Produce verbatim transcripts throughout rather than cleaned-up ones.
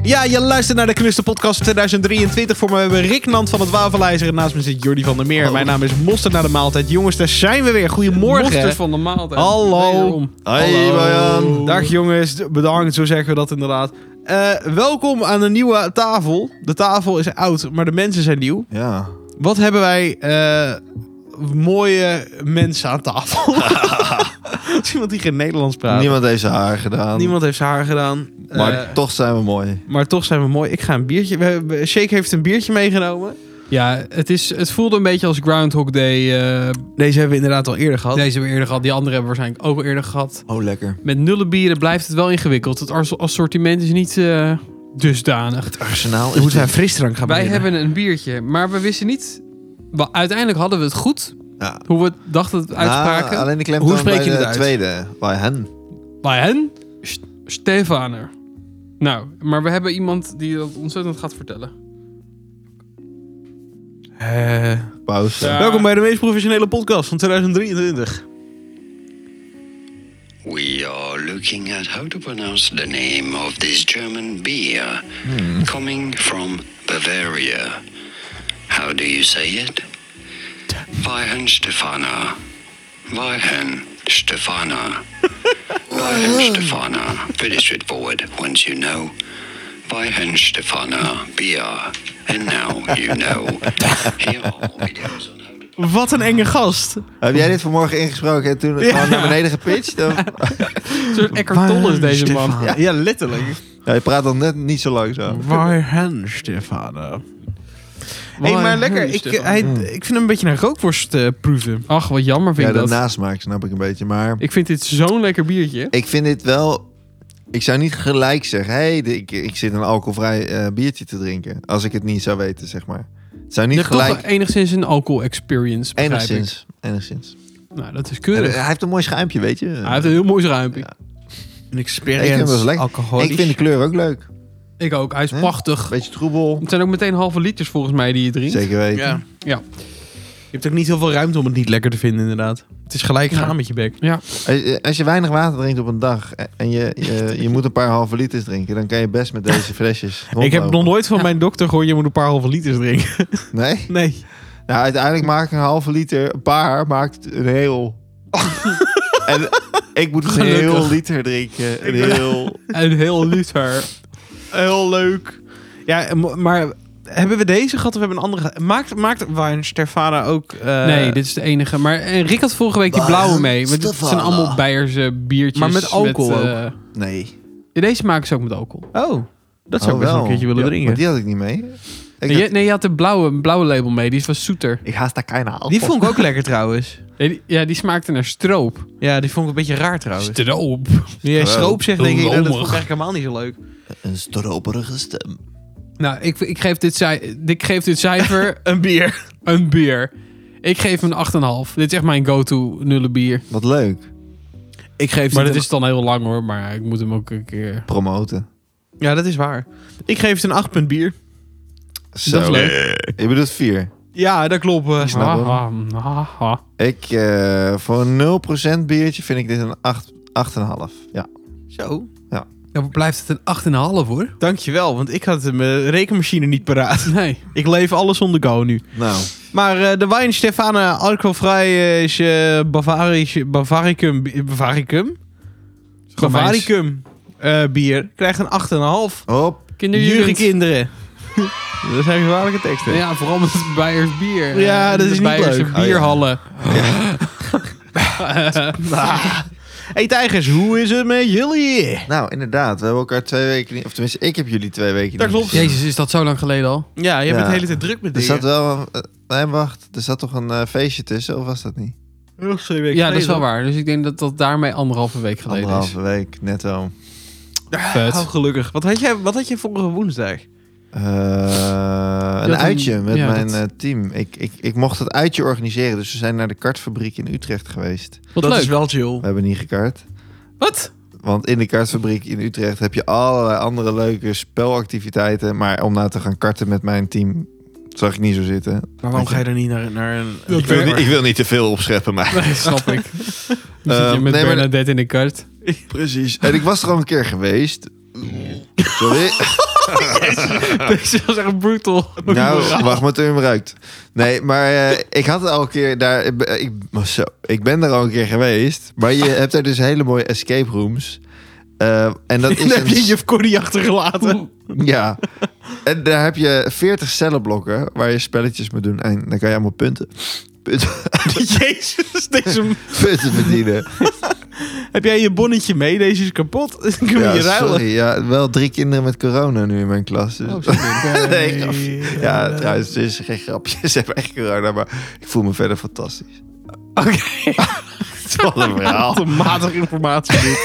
Ja, je luistert naar de Knuster Podcast tweeduizend drieëntwintig. Voor me hebben we Rick Nant van het Wafelijzer. En naast me zit Jordi van der Meer. Oh. Mijn naam is Mosterd naar de Maaltijd. Jongens, daar zijn we weer. Goedemorgen. Mosterd van de Maaltijd. Hallo. Hoi, Marjan. Dag jongens. Bedankt, zo zeggen we dat inderdaad. Uh, welkom aan een nieuwe tafel. De tafel is oud, maar de mensen zijn nieuw. Ja. Wat hebben wij uh, mooie mensen aan tafel. Iemand die geen Nederlands praat. Niemand heeft zijn haar gedaan. Niemand heeft zijn haar gedaan. Maar uh, toch zijn we mooi. Maar toch zijn we mooi. Ik ga een biertje... We hebben, Shake heeft een biertje meegenomen. Ja, het, is, het voelde een beetje als Groundhog Day. Uh, Deze hebben we inderdaad al eerder gehad. Deze hebben we eerder gehad. Die andere hebben we waarschijnlijk ook al eerder gehad. Oh, lekker. Met nullen bieren blijft het wel ingewikkeld. Het assortiment is niet uh, dusdanig. Het arsenaal is... Moeten wij frisdrank gaan Wij beginnen. hebben een biertje, maar we wisten niet... Well, uiteindelijk hadden we het goed. Ja. Hoe we dachten het uitspraken. Nou, alleen de klem Hoe spreek bij je de het uit? tweede. Bij hen. Bij hen? St- Stefaner. Nou, maar we hebben iemand die dat ontzettend gaat vertellen. Uh, Pauze. Ja. Welkom bij de meest professionele podcast van tweeduizend drieëntwintig. We are looking at how to pronounce the name of this German beer, Hmm. coming from Bavaria. How do you say it? Weihenstephaner. Weihenstephaner. Weihenstephaner. Pretty straightforward once you know. Weihenstephaner beer. And now you know. Here are videos on how to... Wat een enge gast. Heb jij dit vanmorgen ingesproken en toen Ja. gewoon naar beneden gepitcht? Of? Een soort Eckhart Tolle is deze man. Ja, ja, letterlijk. Ja, je praat al net niet zo langzaam. Waarhen, Stefano. Hé, hey, maar lekker. Ik, hij, ik vind hem een beetje naar rookworst uh, proeven. Ach, wat jammer vind Ja, ik de dat. nasmaak snap ik een beetje. Maar Ik vind dit zo'n lekker biertje. ik vind dit wel... Ik zou niet gelijk zeggen... Hé, hey, ik, ik zit een alcoholvrij uh, biertje te drinken. Als ik het niet zou weten, zeg maar. Het zou Je niet hebt toch gelijk... wel enigszins een alcohol experience, begrijp Enigszins. Enigszins. ik. Nou, dat is En, keurig. uh, hij heeft een mooi schuimpje, weet je. Hij heeft een heel mooi ruimpje. Ja. Een Ik vind hem wel experience. lekker. Alcoholisch. Ik vind de kleur ook leuk. Ik ook. Hij is Hè? prachtig. Beetje troebel. Het zijn ook meteen halve liters volgens mij die je drinkt. Zeker weten. Ja. Ja. Je hebt ook niet heel veel ruimte om het niet lekker te vinden, inderdaad. Het is gelijk gaan Ja. met je bek. Ja. Als je, als je weinig water drinkt op een dag en je, je, je moet een paar halve liters drinken, dan kan je best met deze flesjes Ik heb rondlopen. nog nooit van Ja. mijn dokter gehoord, je moet een paar halve liters drinken. Nee? Nee. Nou, uiteindelijk maakt een halve liter, een paar, maakt een heel... en ik moet een Gelukkig. heel liter drinken. Een heel... Een heel liter. Heel leuk. Ja, m- maar hebben we deze gehad of hebben we een andere gehad? Maakt, maakt Wijn Stefana ook... Uh, Nee, dit is de enige. Maar en Rick had vorige week die blauwe mee. Want het zijn allemaal Beierse biertjes. Maar met alcohol met, uh, Nee. ja, deze maken ze ook met alcohol. Oh, dat zou Oh, ik best wel wel. een keertje willen Ja, drinken. Maar die had ik niet mee. Ik, Nee, je, dacht, nee, je had de blauwe, blauwe label mee. Die was zoeter. ik haast daar keine alcohol. Die vond ik ook lekker trouwens. Nee, die, ja, die smaakte naar stroop. Ja, die vond ik een beetje raar trouwens. Stroop. Nu jij Wel. stroop zegt, denk ik, nou, dat vond ik Lomig. eigenlijk helemaal niet zo leuk. Een stroperige stem. Nou, ik, ik, geef dit cij- ik geef dit cijfer Een bier. een bier. Ik geef hem een acht komma vijf. Dit is echt mijn go-to nulle bier. Wat leuk. Ik geef Maar het dat een... is dan heel lang hoor. Maar ik moet hem ook een keer... Promoten. Ja, dat is waar. Ik geef het een acht punt bier. Zo. Dat is leuk. Je bedoelt vier. Ja, dat klopt. uh. Ik snap hem. Haha, haha. Ik, uh, voor een nul procent biertje vind ik dit een acht, acht komma vijf. Ja. Zo. Ja, maar blijft het een acht komma vijf hoor? Dankjewel, want ik had mijn rekenmachine niet paraat. Nee. Ik leef alles on the go nu. Nou, Maar uh, de wijn Stefana alcoholvrij uh, is uh, Bavarisch, Bavaricum, Bavaricum? Bavaricum uh, bier krijgt een acht komma vijf. hop. Jurgen Kinderjugend. kinderen. Dat zijn gevaarlijke teksten. Ja, vooral met het Beiers bier. Ja, dat de is niet Beierse leuk. bierhallen. Hey tijgers, hoe is het met jullie? Nou, inderdaad. We hebben elkaar twee weken niet... Of tenminste, ik heb jullie twee weken Dat niet klopt. gezien. Jezus, is dat zo lang geleden al? Ja, je bent Ja. de hele tijd druk met Er dingen. zat wel... Uh, nee, wacht. Er zat toch een uh, feestje tussen? Of was dat niet? Nog twee weken Ja, dat is wel geleden. waar. Dus ik denk dat dat daarmee anderhalve week geleden Anderhalve week, netto. Vet. Oh, gelukkig. Wat had jij, wat had jij vorige woensdag? Uh, een een- uitje met ja, mijn dat- uh, team. Ik, ik, ik mocht het uitje organiseren. Dus we zijn naar de kartfabriek in Utrecht geweest. Wat dat leuk. is wel chill. We hebben niet gekart. Wat? Want in de kartfabriek in Utrecht heb je allerlei andere leuke spelactiviteiten. Maar om nou te gaan karten met mijn team, zag ik niet zo zitten. Maar waarom ga je er niet naar, naar een... Dat Ik wil, niet, ik wil niet te veel opscheppen, maar... Nee, snap ik. Dan zit je Ehm, met nee, maar- Bernadette in de kart. Precies. En ik was er al een keer geweest. Sorry. Deze was echt brutal. Nou, wacht maar toen je hem ruikt. Nee, maar uh, ik had het al een keer daar... Ik, zo, ik ben er al een keer geweest. Maar je hebt daar dus hele mooie escape rooms. Uh, en dat is En heb je een... juf Corrie achtergelaten. Ja. En daar heb je veertig cellenblokken waar je spelletjes moet doen. En dan kan je allemaal punten... punten, Jezus, deze... punten verdienen. Heb jij je bonnetje mee? Deze is kapot. Dan kun je Ja, je ruilen. sorry. Ja, wel drie kinderen met corona nu in mijn klas. Dus. Oh, sorry. Nee, grapje. Ja, trouwens, het is geen grapje. Ze hebben echt corona, maar ik voel me verder fantastisch. Oké. Wat een verhaal. Matig informatie dit.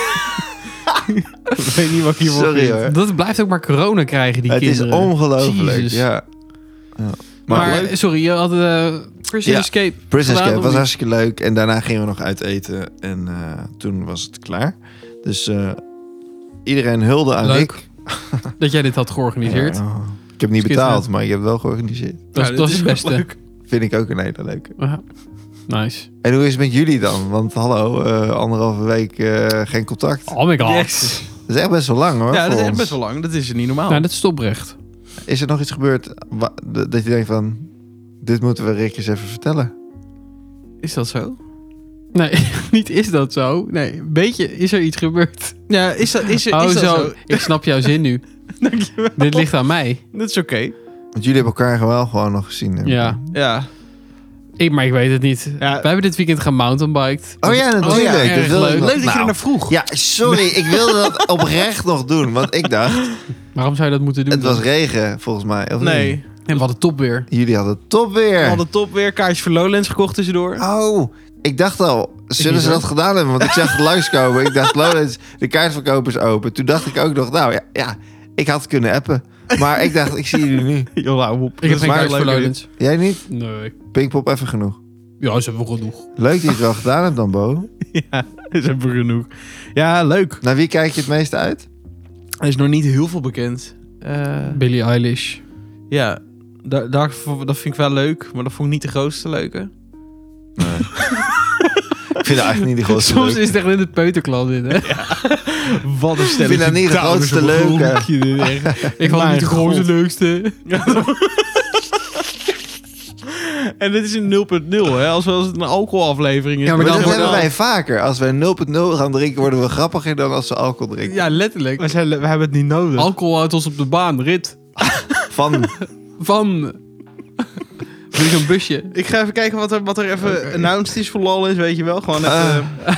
Ik weet niet wat ik hiervoor Sorry vind. hoor. Dat blijft ook maar corona krijgen, die Het kinderen. is ongelooflijk. Jezus. Ja. Ja. Maar, Maar, leuk. sorry, je had uh, Prison Ja, Escape Prison gedaan, Escape of was niet? hartstikke leuk. En daarna gingen we nog uit eten. En uh, toen was het klaar. Dus uh, iedereen hulde aan Leuk. Rick. Dat jij dit had georganiseerd. Ja, oh. Ik heb niet Schitterend. betaald, maar ik heb het wel georganiseerd. Dat, Ja, dat is dit het beste. wel leuk. Vind ik ook een hele leuke. Ja. Nice. En hoe is het met jullie dan? Want hallo, uh, anderhalve week uh, geen contact. Oh my god. Yes. Dat is echt best wel lang hoor. Ja, dat voor is echt ons. best wel lang. Dat is niet normaal. Nou, dat is oprecht. Is er nog iets gebeurd wa- d- dat je denkt van... Dit moeten we Rick eens even vertellen. Is dat zo? Nee, niet is dat zo. Nee, een beetje is er iets gebeurd. Ja, is dat, is, er, Oh is dat zo, zo? ik snap jouw zin nu. Dankjewel. Dit ligt aan mij. Dat is oké. Want jullie hebben elkaar wel gewoon nog gezien. hè? Ja, Ja. ik, maar ik weet het niet. Ja. We hebben dit weekend gemountainbiked. Oh ja, natuurlijk. Oh ja, dat erg wilde ik leuk. nog- Leuk dat je er Nou, naar vroeg. Ja, sorry. Ik wilde dat oprecht nog doen. Want ik dacht, Waarom zou je dat moeten doen? het was regen volgens mij. Of Nee. niet? En we hadden top weer. Jullie hadden top weer. We hadden top weer. Kaartjes voor Lowlands gekocht tussendoor. Oh, ik dacht al, zullen niet, ze hoor. dat gedaan hebben? Want ik zag het langskomen. Ik dacht, Lowlands, de kaartverkoop is open. Toen dacht ik ook nog, nou ja, ja, ik had kunnen appen. Maar ik dacht, ik zie jullie nu. Joh, nou, op. Ik heb geen maar kaart voor leuk, Lowlands. Jij niet? Nee. Pinkpop even genoeg. Ja, ze hebben genoeg. Leuk dat je het wel gedaan hebt dan, Bo. Ja, dat hebben we genoeg. Ja, leuk. Naar wie kijk je het meeste uit? Er is nog niet heel veel bekend. Eh, Billie Eilish. ja, daar, daar, dat vind ik wel leuk. Maar dat vond ik niet de grootste leuke. Ik vind het eigenlijk niet de grootste Soms leuke. is het echt in de peuterklas dit, hè? Wat een Ik stelletje. vind dat niet de dames grootste op een leuke. groentje, dit echt. Ik vond het niet de Mijn grootste god. leukste. En dit is een nul punt nul, hè? Als, als het een alcoholaflevering is. Ja, Maar dan dat wordt hebben al- wij vaker. Als wij nul punt nul gaan drinken, worden we grappiger dan als we alcohol drinken. Ja, letterlijk. We, zijn, we hebben het niet nodig. Alcohol houdt ons op de baan. Rit. Van, Van... Doe je zo'n busje? Ik ga even kijken wat er, wat er even Oké. announced is voor lol is, weet je wel. Gewoon even... Ah.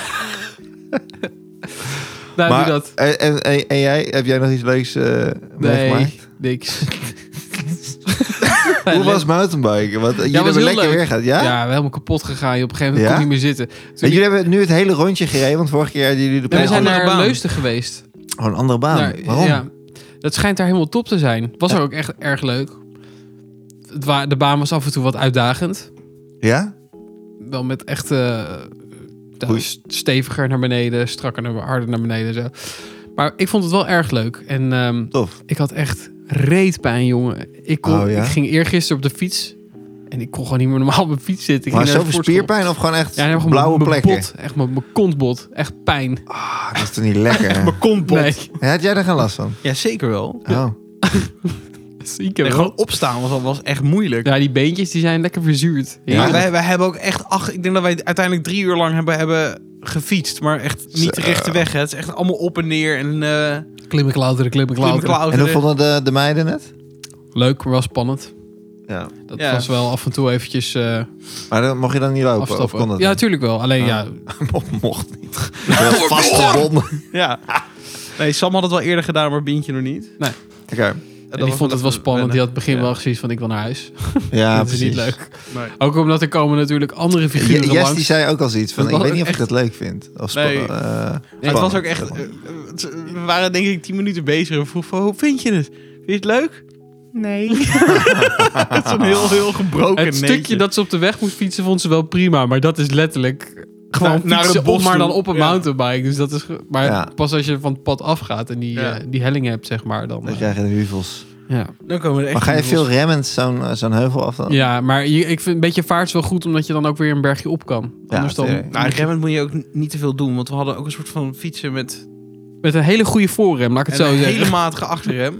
Nou, maar, doe dat. En, en, en, en jij, heb jij nog iets leuks uh, meegemaakt? Nee, niks. Hoe was mountainbiken? Want jullie was hebben heel lekker leuk. weer gehad, ja? Ja, we helemaal kapot gegaan. Op een gegeven moment Ja? kon ik niet meer zitten. Toen En jullie hebben nu het hele rondje gereden, want vorige keer hadden jullie de Ja, we een zijn andere naar baan. Leusden geweest. Oh, een andere baan. Naar- Waarom? Ja, dat schijnt daar helemaal top te zijn. Was er ook echt erg leuk. Het wa- de baan was af en toe wat uitdagend. Ja? Wel met echt eh, Oei. st- steviger naar beneden, strakker naar harder naar beneden. Zo. Maar ik vond het wel erg leuk. En ehm, Tof. ik had echt reetpijn, jongen. Ik, kon, Oh, ja? ik ging eergisteren op de fiets. En ik kon gewoon niet meer normaal op mijn fiets zitten. Ik Maar ging naar de zoveel sportschool. spierpijn of gewoon echt Ja, nee, gewoon blauwe mijn- mijn plekken? Bot, echt mijn, mijn kontbot. Echt pijn. Ah, dat is toch niet lekker? hè? Mijn kontbot. Nee, Ja, had jij daar geen last van? Ja, zeker wel. Oh. ziek Nee, wel. gewoon opstaan was, al- was echt moeilijk. Ja, die beentjes die zijn lekker verzuurd. Ja. Maar wij, wij hebben ook echt... Ach, ik denk dat wij uiteindelijk drie uur lang hebben, hebben gefietst. Maar echt niet de Zo. rechte weg. Hè. Het is echt allemaal op en neer. En uh, Klimmen, klauteren, klimmen, klimmen, klauteren. En hoe klauteren. vonden de, de meiden het? Leuk, maar wel spannend. Ja. Dat Ja. was wel af en toe eventjes eh Maar dan mocht je dan niet lopen? Of kon afstappen. dat Ja, niet? natuurlijk wel. Alleen Ah. ja, Mocht niet. Wel vastgebonden. Ja. Nee, Sam had het wel eerder gedaan, maar Bientje nog niet. Oké. en die vond het wel spannend. Die had het begin Ja. wel gezien van ik wil naar huis. Ja, dat is precies. niet leuk. Nee. Ook omdat er komen natuurlijk andere figuren Je- Jess langs. die zei ook al zoiets van, Dat ik was weet niet of ook ik dat leuk vind. Of spa- Nee. eh, Maar het spannend. was ook echt... eh, het- we waren denk ik tien minuten bezig. En vroeg van, hoe vind je het? Vind je het leuk? Nee. Het is een heel, heel gebroken Het neetje. stukje dat ze op de weg moest fietsen vond ze wel prima. Maar dat is letterlijk gewoon Naar- naar fietsen het bos op, maar dan toe. op een Ja. mountainbike. Dus dat is... ge- Maar Ja. pas als je van het pad afgaat en die, Ja. eh, die helling hebt, zeg maar. Dan, Dan eh, krijg je de huvels. ja. Dan komen we er echt Maar ga je in de veel remmend zo'n eh, zo'n heuvel af dan? ja, maar je, ik vind een beetje vaart is wel goed, omdat je dan ook weer een bergje op kan. Ja, Anders dan tuurlijk. Nou, remmen moet je ook n- niet te veel doen. Want we hadden ook een soort van fietsen met met een hele goede voorrem, laat ik het en zo een zeggen. hele matige achterrem.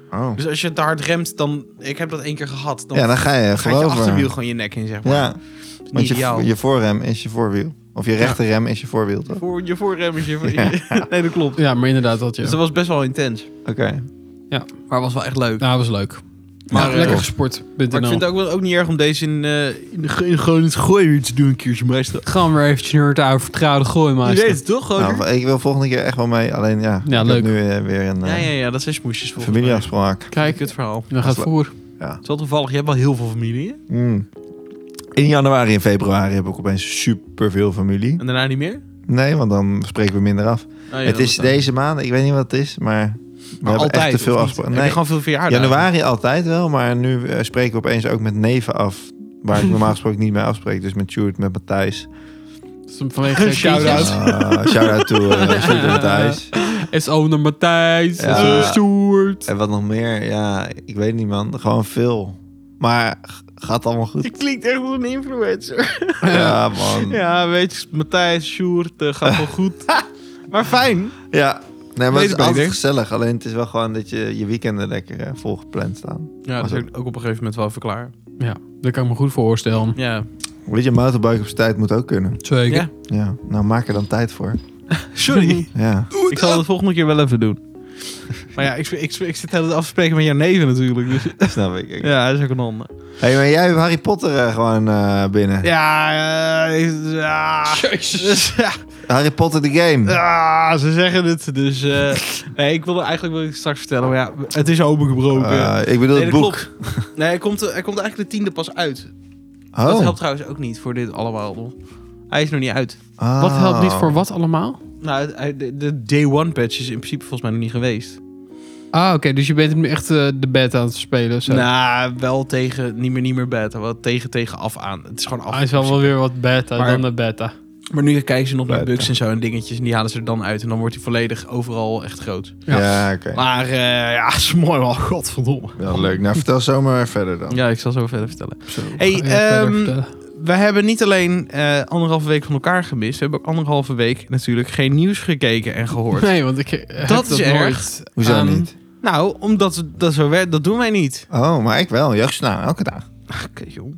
Oh. Dus als je te hard remt, dan... Ik heb dat één keer gehad. Dan Ja, dan ga je gaat je voorover. achterwiel gewoon je nek in, zeg maar. Ja, Dat is niet want je, ideaal. je voorrem is je voorwiel. Of je rechterrem is je voorwiel, toch? Voor, je voorrem is je... Ja. Nee, dat klopt. Ja, maar inderdaad dat, ja. Dus dat was best wel intens. Oké. Maar het was wel echt leuk. Nou, dat was leuk. Maar, Maar eh, lekker gesport. Maar ik vind het ook, wel, ook niet erg om deze in, uh, in, de, in gewoon het gooien weer te doen, een keertje meester. Gaan we weer eventjes naar het oude vertrouwde gooien, Je maar. weet het toch? Gewoon. Nou, ik wil volgende keer echt wel mee. Alleen ja, Ja, ik leuk. heb nu eh, weer een ja, uh, ja, ja, dat zijn smoesjes volgens familieafspraak. mij. Kijk, Het verhaal. dan gaat voor. Ja. Het is wel toevallig, je hebt wel heel veel familie. Hè? Mm. In januari en februari heb ik opeens super veel familie. En daarna niet meer? Nee, want dan spreken we minder af. Oh, ja, het dat is dan. deze maand, ik weet niet wat het is, maar we Maar hebben altijd, echt te veel of niet? afspraken. Heb je Nee, gewoon veel verjaardagen? januari altijd wel, maar nu uh, spreken we opeens ook met neven af. Waar ik normaal gesproken niet mee afspreek. Dus met Sjoerd, met Matthijs. Dat is vanwege Shout-out. kindjes. Uh, shout-out to uh, Sjoerd en Matthijs. Is owner Matthijs. Ja. Is Sjoerd. En wat nog meer? Ja, ik weet niet man. Gewoon veel. Maar g- gaat allemaal goed. Je klinkt echt als een influencer. Ja man. Ja, weet je, Matthijs, Sjoerd, uh, gaat wel goed. Maar fijn. Ja. Nee, maar Weet het is beter. altijd gezellig. Alleen het is wel gewoon dat je je weekenden lekker uh, vol gepland staan. Ja, dat is ook op een gegeven moment wel even klaar. Ja, dat kan ik me goed voorstellen. Ja. Weet je, mountainbiken op zijn tijd moet ook kunnen. Zeker. Ja. Ja, nou maak er dan tijd voor. Sorry. Ja. Ik zal het de volgende keer wel even doen. Maar ja, ik, ik, ik zit heel af te spreken met jouw neven natuurlijk. Dus. Snap ik. ik. Ja, dat is ook een ander. Hey, maar jij hebt Harry Potter uh, gewoon uh, binnen. Ja, uh, ja. Dus, ja. Harry Potter the game. Ja, ze zeggen het. Dus uh, nee, ik wilde eigenlijk wil ik straks vertellen. Maar ja, het is opengebroken. Uh, ik bedoel nee, het dat boek. klopt. Nee, hij komt, hij komt eigenlijk de tiende pas uit. Oh. Dat helpt trouwens ook niet voor dit allemaal. Hij is nog niet uit. Oh. Wat helpt niet voor wat allemaal? Nou, hij- de, de day one patch is in principe volgens mij nog niet geweest. Ah, oké. Dus je bent hem echt uh, de beta aan het spelen. Zo. Nou, wel tegen, niet meer, niet meer beta. Wel tegen, tegen af aan. Het is gewoon af. Hij is wel wel weer wat beta Maar- dan de beta. Maar nu kijken ze nog naar Beta. bugs en zo en dingetjes. En die halen ze er dan uit. En dan wordt hij volledig overal echt groot. Ja, Ja. oké. Maar uh, ja, is mooi wel. Godverdomme. Wel leuk. Nou, vertel zomaar verder dan. Ja, ik zal zo verder vertellen. Zo, Hey, ga je verder ehm, vertellen. We hebben niet alleen uh, anderhalve week van elkaar gemist. We hebben ook anderhalve week natuurlijk geen nieuws gekeken en gehoord. Nee, want ik heb Dat is dat erg. nooit Hoezo aan- niet? Nou, omdat we, dat zo werkt, dat doen wij niet. Oh, maar ik wel. Jeugdsnaam, elke dag. Oké, jong.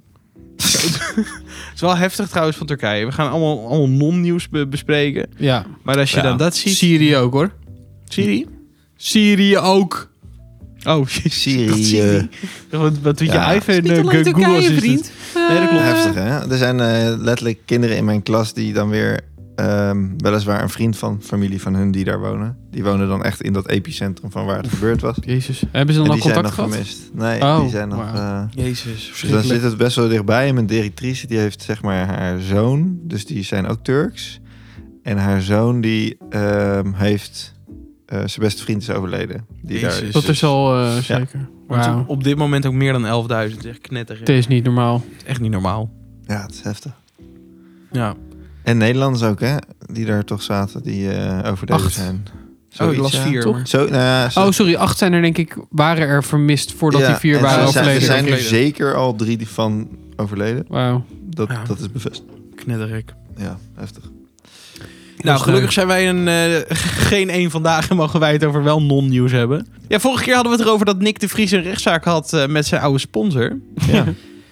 Het is wel heftig trouwens van Turkije. We gaan allemaal, allemaal non-nieuws be- bespreken. Ja. Maar als je Ja. dan dat ziet... Syrië ook hoor. Syrië? Syrië ook. Oh, Syrië. Wat, wat doet je Ja. iPhone? Niet uh, alleen Google Turkije, Assistant? vriend. Nee, dat klopt. Heftig, hè? Er zijn eh, letterlijk kinderen in mijn klas die dan weer... ehm, weliswaar een vriend van familie van hun die daar wonen. Die wonen dan echt in dat epicentrum van waar het gebeurd was. Jezus. Hebben ze En dan die al zijn contact nog gehad? gemist. Nee, Oh, die zijn nog... wauw. eh, Jezus, dus dan verschrikkelijk. zit het best wel dichtbij. En mijn directrice die heeft zeg maar haar zoon. Dus die zijn ook Turks. En haar zoon die ehm, heeft... eh, zijn beste vriend is overleden. Die Jezus. daar is. Dat is al uh, zeker. Want Wauw. op dit moment ook meer dan elfduizend. Echt knetter. Het is niet normaal. Echt niet normaal. Ja, het is heftig. Ja. En Nederlanders ook, hè? Die daar toch zaten, die eh overleden Acht. zijn. Oh, ik las ja. vier. toch? maar- Zo, nou ja, zo- Oh, sorry. Acht zijn er denk ik, waren er vermist voordat ja, die vier en waren er zijn- overleden. Er zijn er Overleden. zeker al drie die van overleden. Wauw. Dat, Ja. dat is bevestigd. Knetterrek. Ja, heftig. Nou, is gelukkig leuk. zijn wij een, eh, geen één vandaag en mogen wij het over wel non-nieuws hebben. Ja, vorige keer hadden we het erover dat Nick de Vries een rechtszaak had eh, met zijn oude sponsor. Ja,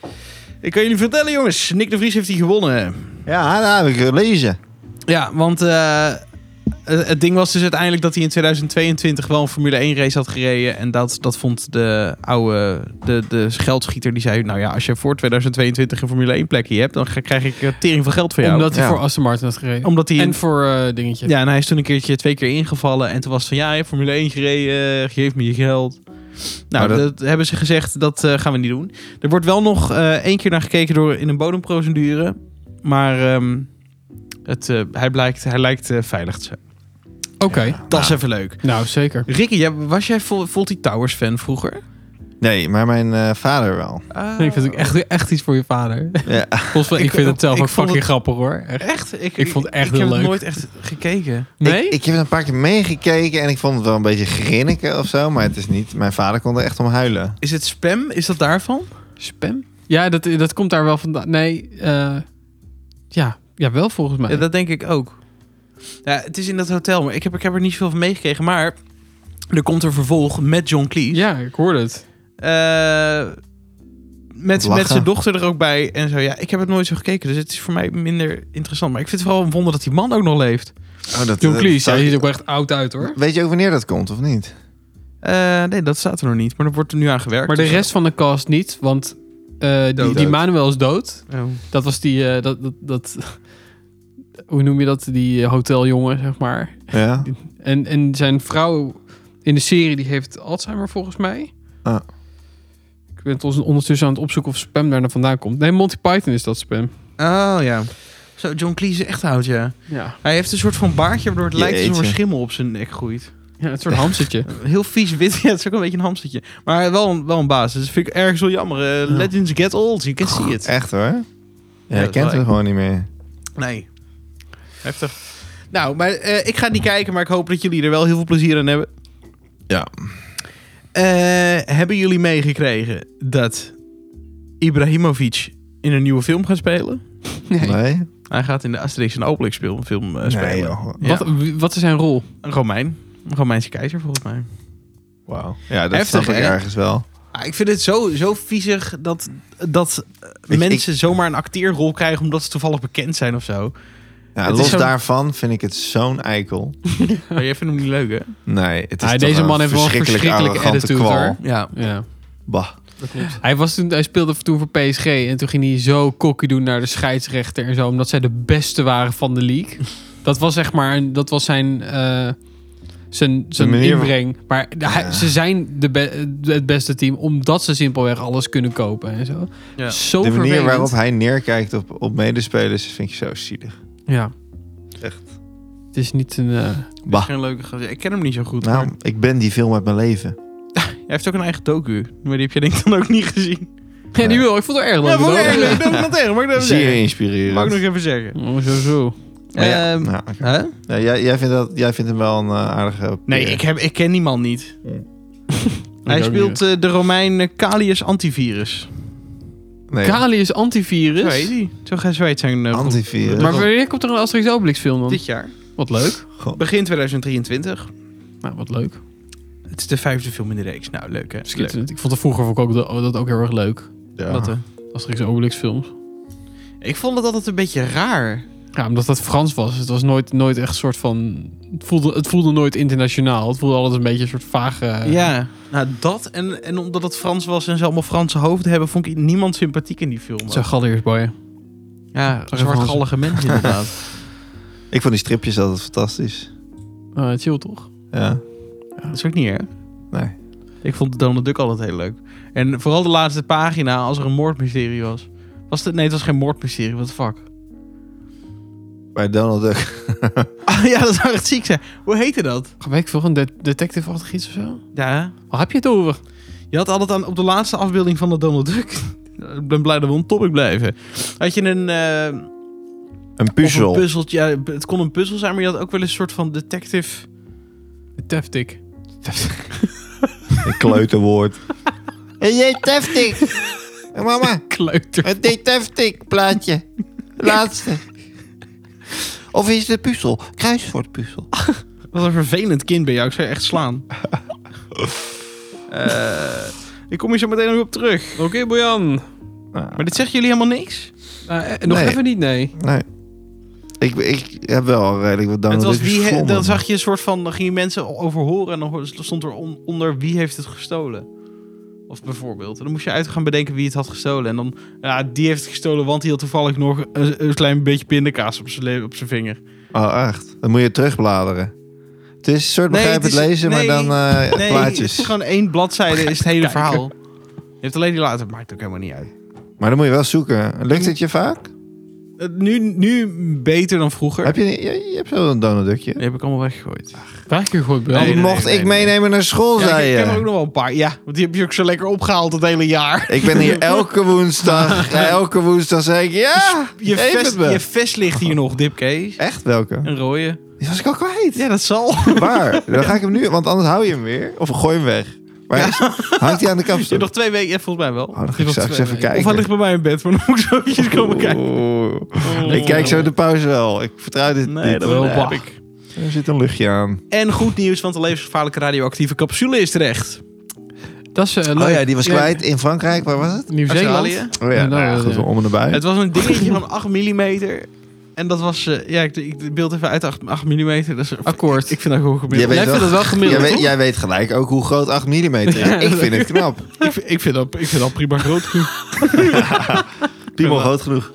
Ik kan jullie vertellen, jongens. Nick de Vries heeft die gewonnen. ja dat heb ik gelezen. Ja, want eh, het het ding was dus uiteindelijk dat hij in tweeduizend tweeëntwintig wel een Formule één race had gereden. En dat, dat vond de oude, de, de geldschieter, die zei, nou ja, als je voor tweeduizend tweeëntwintig een Formule één plekje hebt, dan ga- krijg ik eh, tering van geld van jou. Omdat hij Ja. voor Aston Martin had gereden. Omdat hij En voor eh, dingetje. Ja, en hij is toen een keertje twee keer ingevallen. En toen was het van, ja, je hebt Formule één gereden, geef me je geld. Nou, Maar dat... hebben ze gezegd, dat eh, gaan we niet doen. Er wordt wel nog eh, één keer naar gekeken door in een bodemprocedure. Maar ehm, het, eh, hij, blijkt, hij lijkt eh, veilig te zijn. Oké. Dat is even leuk. Nou, zeker. Ricky, jij- was jij Fal- Fawlty Towers fan vroeger? Nee, maar mijn eh, vader wel. Ah. Ik vind het ook echt, echt iets voor je vader. Ja. Volgens mij, ik, Ik- vind het zelf ik ook vond fucking het- grappig hoor. Echt. Echt? Ik, Ik vond het echt ik heel heb leuk. het nooit echt gekeken. Nee? Ik, ik heb het een paar keer meegekeken en ik vond het wel een beetje grinniken of zo. Maar het is niet... Mijn vader kon er echt om huilen. Is het spam? Is dat daarvan? Spam? Ja, dat, dat komt daar wel vandaan. Nee, eh ja, ja, wel volgens mij. Ja, dat denk ik ook. Ja, het is in dat hotel, maar ik heb, ik heb er niet zoveel van meegekregen. Maar er komt een vervolg met John Cleese. Ja, ik hoorde het. Uh, met, Lachen. met zijn dochter er ook bij en zo. Ja, ik heb het nooit zo gekeken, dus het is voor mij minder interessant. Maar ik vind het vooral een wonder dat die man ook nog leeft. Oh, dat, John dat- Cleese, zou- hij ziet er ook echt oud uit hoor. Weet je ook wanneer dat komt of niet? Uh, nee, dat staat er nog niet, maar er wordt er nu aan gewerkt. Maar de dus- rest van de cast niet, want uh, die, Dood. die Manuel is dood. Oh. Dat was die, uh, dat, dat, dat hoe noem je dat? Die uh, hoteljongen, zeg maar. Ja. En, en zijn vrouw in de serie, die heeft Alzheimer volgens mij. Ah. Ik ben het ondertussen aan het opzoeken of spam daar naar vandaan komt. Nee, Monty Python is dat spam. Oh ja. Zo, John Cleese is echt oud, ja. Ja, Hij heeft een soort van baardje waardoor het lijkt alsof er Jeetje. schimmel op zijn nek groeit. ja het soort hamstertje. Heel vies wit. Ja, het is ook een beetje een hamstertje. Maar wel een, wel een baas. Dus dat vind ik ergens wel jammer. Uh, Legends get old. You can see it. Echt hoor? Ja, dat je is kent wel hem gewoon niet meer. Nee. Heftig. Nou, maar uh, ik ga het niet kijken, maar ik hoop dat jullie er wel heel veel plezier aan hebben. Ja. Uh, hebben jullie meegekregen dat Ibrahimovic in een nieuwe film gaat spelen? Nee. Nee? Hij gaat in de Asterix en Obelix speel, film uh, spelen. Nee, joh. Ja. Wat, wat is zijn rol? Een Romein. Een Romeinse keizer, volgens mij. Wauw. Ja, dat Heftig, snap ik hè? ergens wel. Ah, ik vind het zo, zo viezig dat, dat Ik- mensen zomaar een acteerrol krijgen omdat ze toevallig bekend zijn of zo. Ja, Het is los zo- daarvan vind ik het zo'n eikel. Maar jij vindt hem niet leuk, hè? Nee, het is Ah, toch deze een man heeft wel een verschrikkelijk verschrikkelijke arrogante attitude, kwal. hoor. Ja, Ja. Bah. dat klopt. Hij, was toen, hij speelde toen voor P S G en toen ging hij zo kokkie doen naar de scheidsrechter en zo, omdat zij de beste waren van de league. Dat was zeg maar, een- dat was zijn, uh, zijn, zijn manier van- inbreng. Maar hij- ze zijn de be- het beste team omdat ze simpelweg alles kunnen kopen en zo. Ja. Zo De manier vervelend. waarop hij neerkijkt op, op medespelers vind ik zo zielig. Ja. Echt. Het is niet een... uh, Bah. Geen leuke gast. Ik ken hem niet zo goed. Nou, maar ik ben die film uit mijn leven. hij heeft ook een eigen docu. Maar die heb je denk ik dan ook niet gezien. Ja, die wil. Ik vond het erg leuk. Ja, vond ik hoor. erg leuk. Ik ben het tegen. Mag ik dat even Zeer zeggen? inspirerend. Mag ik nog even zeggen. Oh, zo, zo. Maar ja, Ehm, nou, oké. hè? Ja, jij, jij, vindt dat, jij vindt hem wel een uh, aardige... Nee, peer. ik, heb, ik ken die man niet. Hij ook speelt eh, de Romein uh, Calius Antivirus. Nee, Kali is antivirus. Zo heet hij. Zo gaat zo heet zijn... uh, antivirus. Maar wanneer komt er een Asterix Obelix film dan? Dit jaar. Wat leuk. Begin tweeduizend drieëntwintig. Nou, wat leuk. Het is de vijfde film in de reeks. Nou, leuk hè? Leuk. Schitterend. Ik vond het vroeger vond ik ook dat, dat ook heel erg leuk. Ja. Wat, uh, Asterix Obelix films. ik vond het altijd een beetje raar. Ja, omdat het Frans was. Het was nooit, nooit echt een soort van... Het voelde, het voelde nooit internationaal. Het voelde altijd een beetje een soort vage... Ja, nou dat. En, en omdat het Frans was en ze allemaal Franse hoofden hebben, vond ik niemand sympathiek in die film. Het zijn Galliërsboyen. Ja, Franse. zwartgallige mensen inderdaad. Ik vond die stripjes altijd fantastisch. Uh, chill toch? Ja. Dat is ook niet, hè? Nee. Ik vond Donald Duck altijd heel leuk. En vooral de laatste pagina, als er een moordmysterie was. Was het? Nee, het was geen moordmysterie. What the fuck? Bij Donald Duck. Ah, ja, dat zou echt ziek zijn. Hoe heette dat? Weet ik veel, een de detective-achtig iets of zo? Ja, Waar heb je het over? je had altijd aan, op de laatste afbeelding van de Donald Duck... Ik ben blij dat we on topic blijven. Had je een... uh, Een puzzel. Of een puzzeltje. Ja, het kon een puzzel zijn, maar je had ook wel eens een soort van detective... Teftik. Een kleuterwoord. En jij teftik. Mama, Kleuter. het detective plaatje. Laatste. Of is het een puzzel? Kruiswoordpuzzel. Wat een vervelend kind ben jou. Ik zou je echt slaan. uh, ik kom hier zo meteen nog op terug. Oké, okay, Bojan. Maar dit zeggen jullie helemaal niks? Uh, nog Nee. even niet, nee. Nee. Ik, ik heb wel redelijk wat Donald Het was Duck wie he- gevonden. dan zag je een soort van... Dan gingen mensen over horen en dan stond er on- onder wie heeft het gestolen. Of bijvoorbeeld. En dan moest je uit gaan bedenken wie het had gestolen. En dan, ja, die heeft het gestolen, want die had toevallig nog een, een klein beetje pindakaas op zijn le- op zijn vinger. Oh, echt? Dan moet je terugbladeren. Het is een soort Nee, begrijpend het is- lezen, nee, maar dan uh, Nee, plaatjes. het is gewoon één bladzijde, is het hele verhaal. Je hebt alleen die later, maakt ook helemaal niet uit. Maar dan moet je wel zoeken. Lukt het je vaak? Uh, nu, nu beter dan vroeger. Heb je, je, je hebt zo'n Donald Duckje. Die heb ik allemaal weggegooid. Waar heb je gegooid, Bojan? Die Nee, nee, mocht nee, ik nee. meenemen naar school, Ja, zei ik, je. ik heb er ook nog wel een paar. Ja, want die heb je ook zo lekker opgehaald het hele jaar. Ik ben hier elke woensdag. Ja, elke woensdag zeg ik, ja, Je geef vest, het me. je vest ligt hier nog, Dipkees. Echt? Welke? Een rode. Die was ik al kwijt. Ja, dat zal. Waar? Dan ga ik hem nu, want anders hou je hem weer. Of gooi hem weg. Waar is, hangt hij aan de Je hebt kapstok? nog twee weken, ja, volgens mij wel. Oh, dan ga Je ik hebt nog straks twee even weken. kijken. Of hij ligt bij mij in bed, maar dan moet ik zo eventjes komen kijken. Oeh. Ik kijk zo de pauze wel. Ik vertrouw dit Nee, niet. dat Wel heb bah. ik. Er zit een luchtje aan. En goed nieuws, want de levensgevaarlijke radioactieve capsule is terecht. Dat is uh, leuk. Oh ja, die was kwijt in Frankrijk. Waar was het? Nieuw-Zeeland. Australië. Oh ja, Ja, nou ja, nou, goed, ja. om en nabij. Het was een dingetje van acht millimeter. En dat was... Uh, ja, ik, ik beeld even uit acht millimeter. Dat is, Akkoord. Ik, ik vind dat gewoon Jij gemiddeld. weet Jij vindt dat wel gemiddeld, jij, weet, toch? jij weet gelijk ook hoe groot acht millimeter is. Ja, Ik vind het knap. Ik, vind- ik, vind dat, ik vind dat prima groot. Piemel groot genoeg.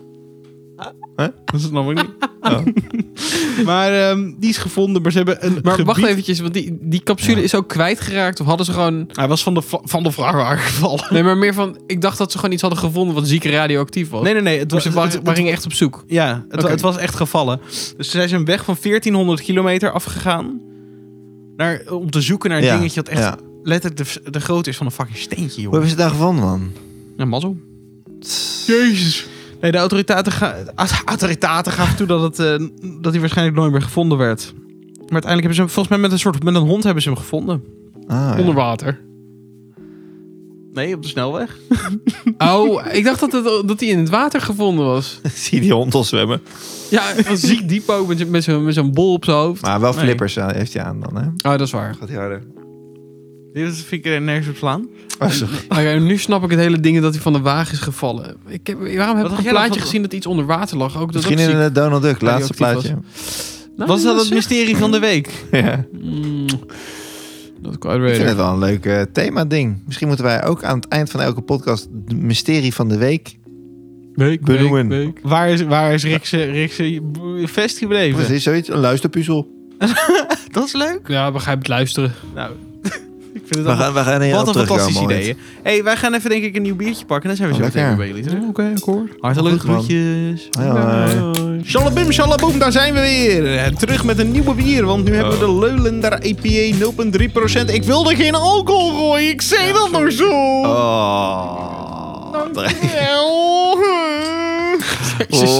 Dat snap ik niet. Oh. Maar ehm, die is gevonden. Maar ze hebben een Maar gebied... wacht eventjes, want die, die capsule Ja. is ook kwijtgeraakt. Of hadden ze gewoon... Hij was van de, va- van de vrachtwagen gevallen. Nee, maar meer van... Ik dacht dat ze gewoon iets hadden gevonden wat ziek radioactief was. Nee, nee, nee. Het Maar was, ze waren, het- waren echt op zoek. Ja, het, Oké. het was echt gevallen. Dus ze zijn een weg van veertienhonderd kilometer afgegaan. Naar, om te zoeken naar een Ja, dingetje dat echt ja. letterlijk de, de grootte is van een fucking steentje, Hoe joh. hebben ze het daar gevonden, man? Ja, mazzel. Jezus. Nee, de autoriteiten, ga, autoriteiten gaven toe dat, het, eh, dat hij waarschijnlijk nooit meer gevonden werd. Maar uiteindelijk hebben ze hem, volgens mij met een soort met een hond hebben ze hem gevonden. Ah, ja. Onder water. Nee, op de snelweg. Oh, ik dacht dat, het, dat hij in het water gevonden was. Zie die hond al zwemmen. Ja, het was ziek diep ook met, met zo'n met zo'n bol op zijn hoofd. Maar wel Nee. flippers eh, heeft hij aan dan, hè? Oh, dat is waar. Gaat hij harder. Dit vind ik er nergens op slaan. Oh, sorry. Oh ja, nu snap ik het hele ding dat hij van de wagen is gevallen. Ik heb, waarom heb Wat ik dacht een jij dan plaatje van- gezien dat iets onder water lag? Ook dat Misschien ook in ziek. het Donald Duck, laatste radioactief plaatje. Nou, Was dat het is- mysterie van de week? Ja. Mm, dat is quite Ik vind het rare. wel een leuk eh, thema-ding. Misschien moeten wij ook aan het eind van elke podcast het mysterie van de week Week, benoemen. week, week. Waar is, waar is Rikse, Rikse vest gebleven? Precies, zoiets. Een luisterpuzzel. Dat is leuk. Ja, begrijp het luisteren. Nou, ik vind het We allemaal... gaan, we gaan hier Wat op een fantastische terugkomen ooit. ideeën. Hey, wij gaan even denk ik een nieuw biertje pakken. En dan zijn we Oh, zo meteen lekker. weer bij jullie terug. Oké, akkoord. Hartelijk Goed, man. groetjes. Hoi, hoi. Shalabim, shalaboom, daar zijn we weer. Eh, Terug met een nieuwe bier, want nu hebben we de Leulender I P A nul komma drie procent. Ik wilde geen alcohol gooien, ik zei dat nog zo. Oh. Dankjewel. Jezus.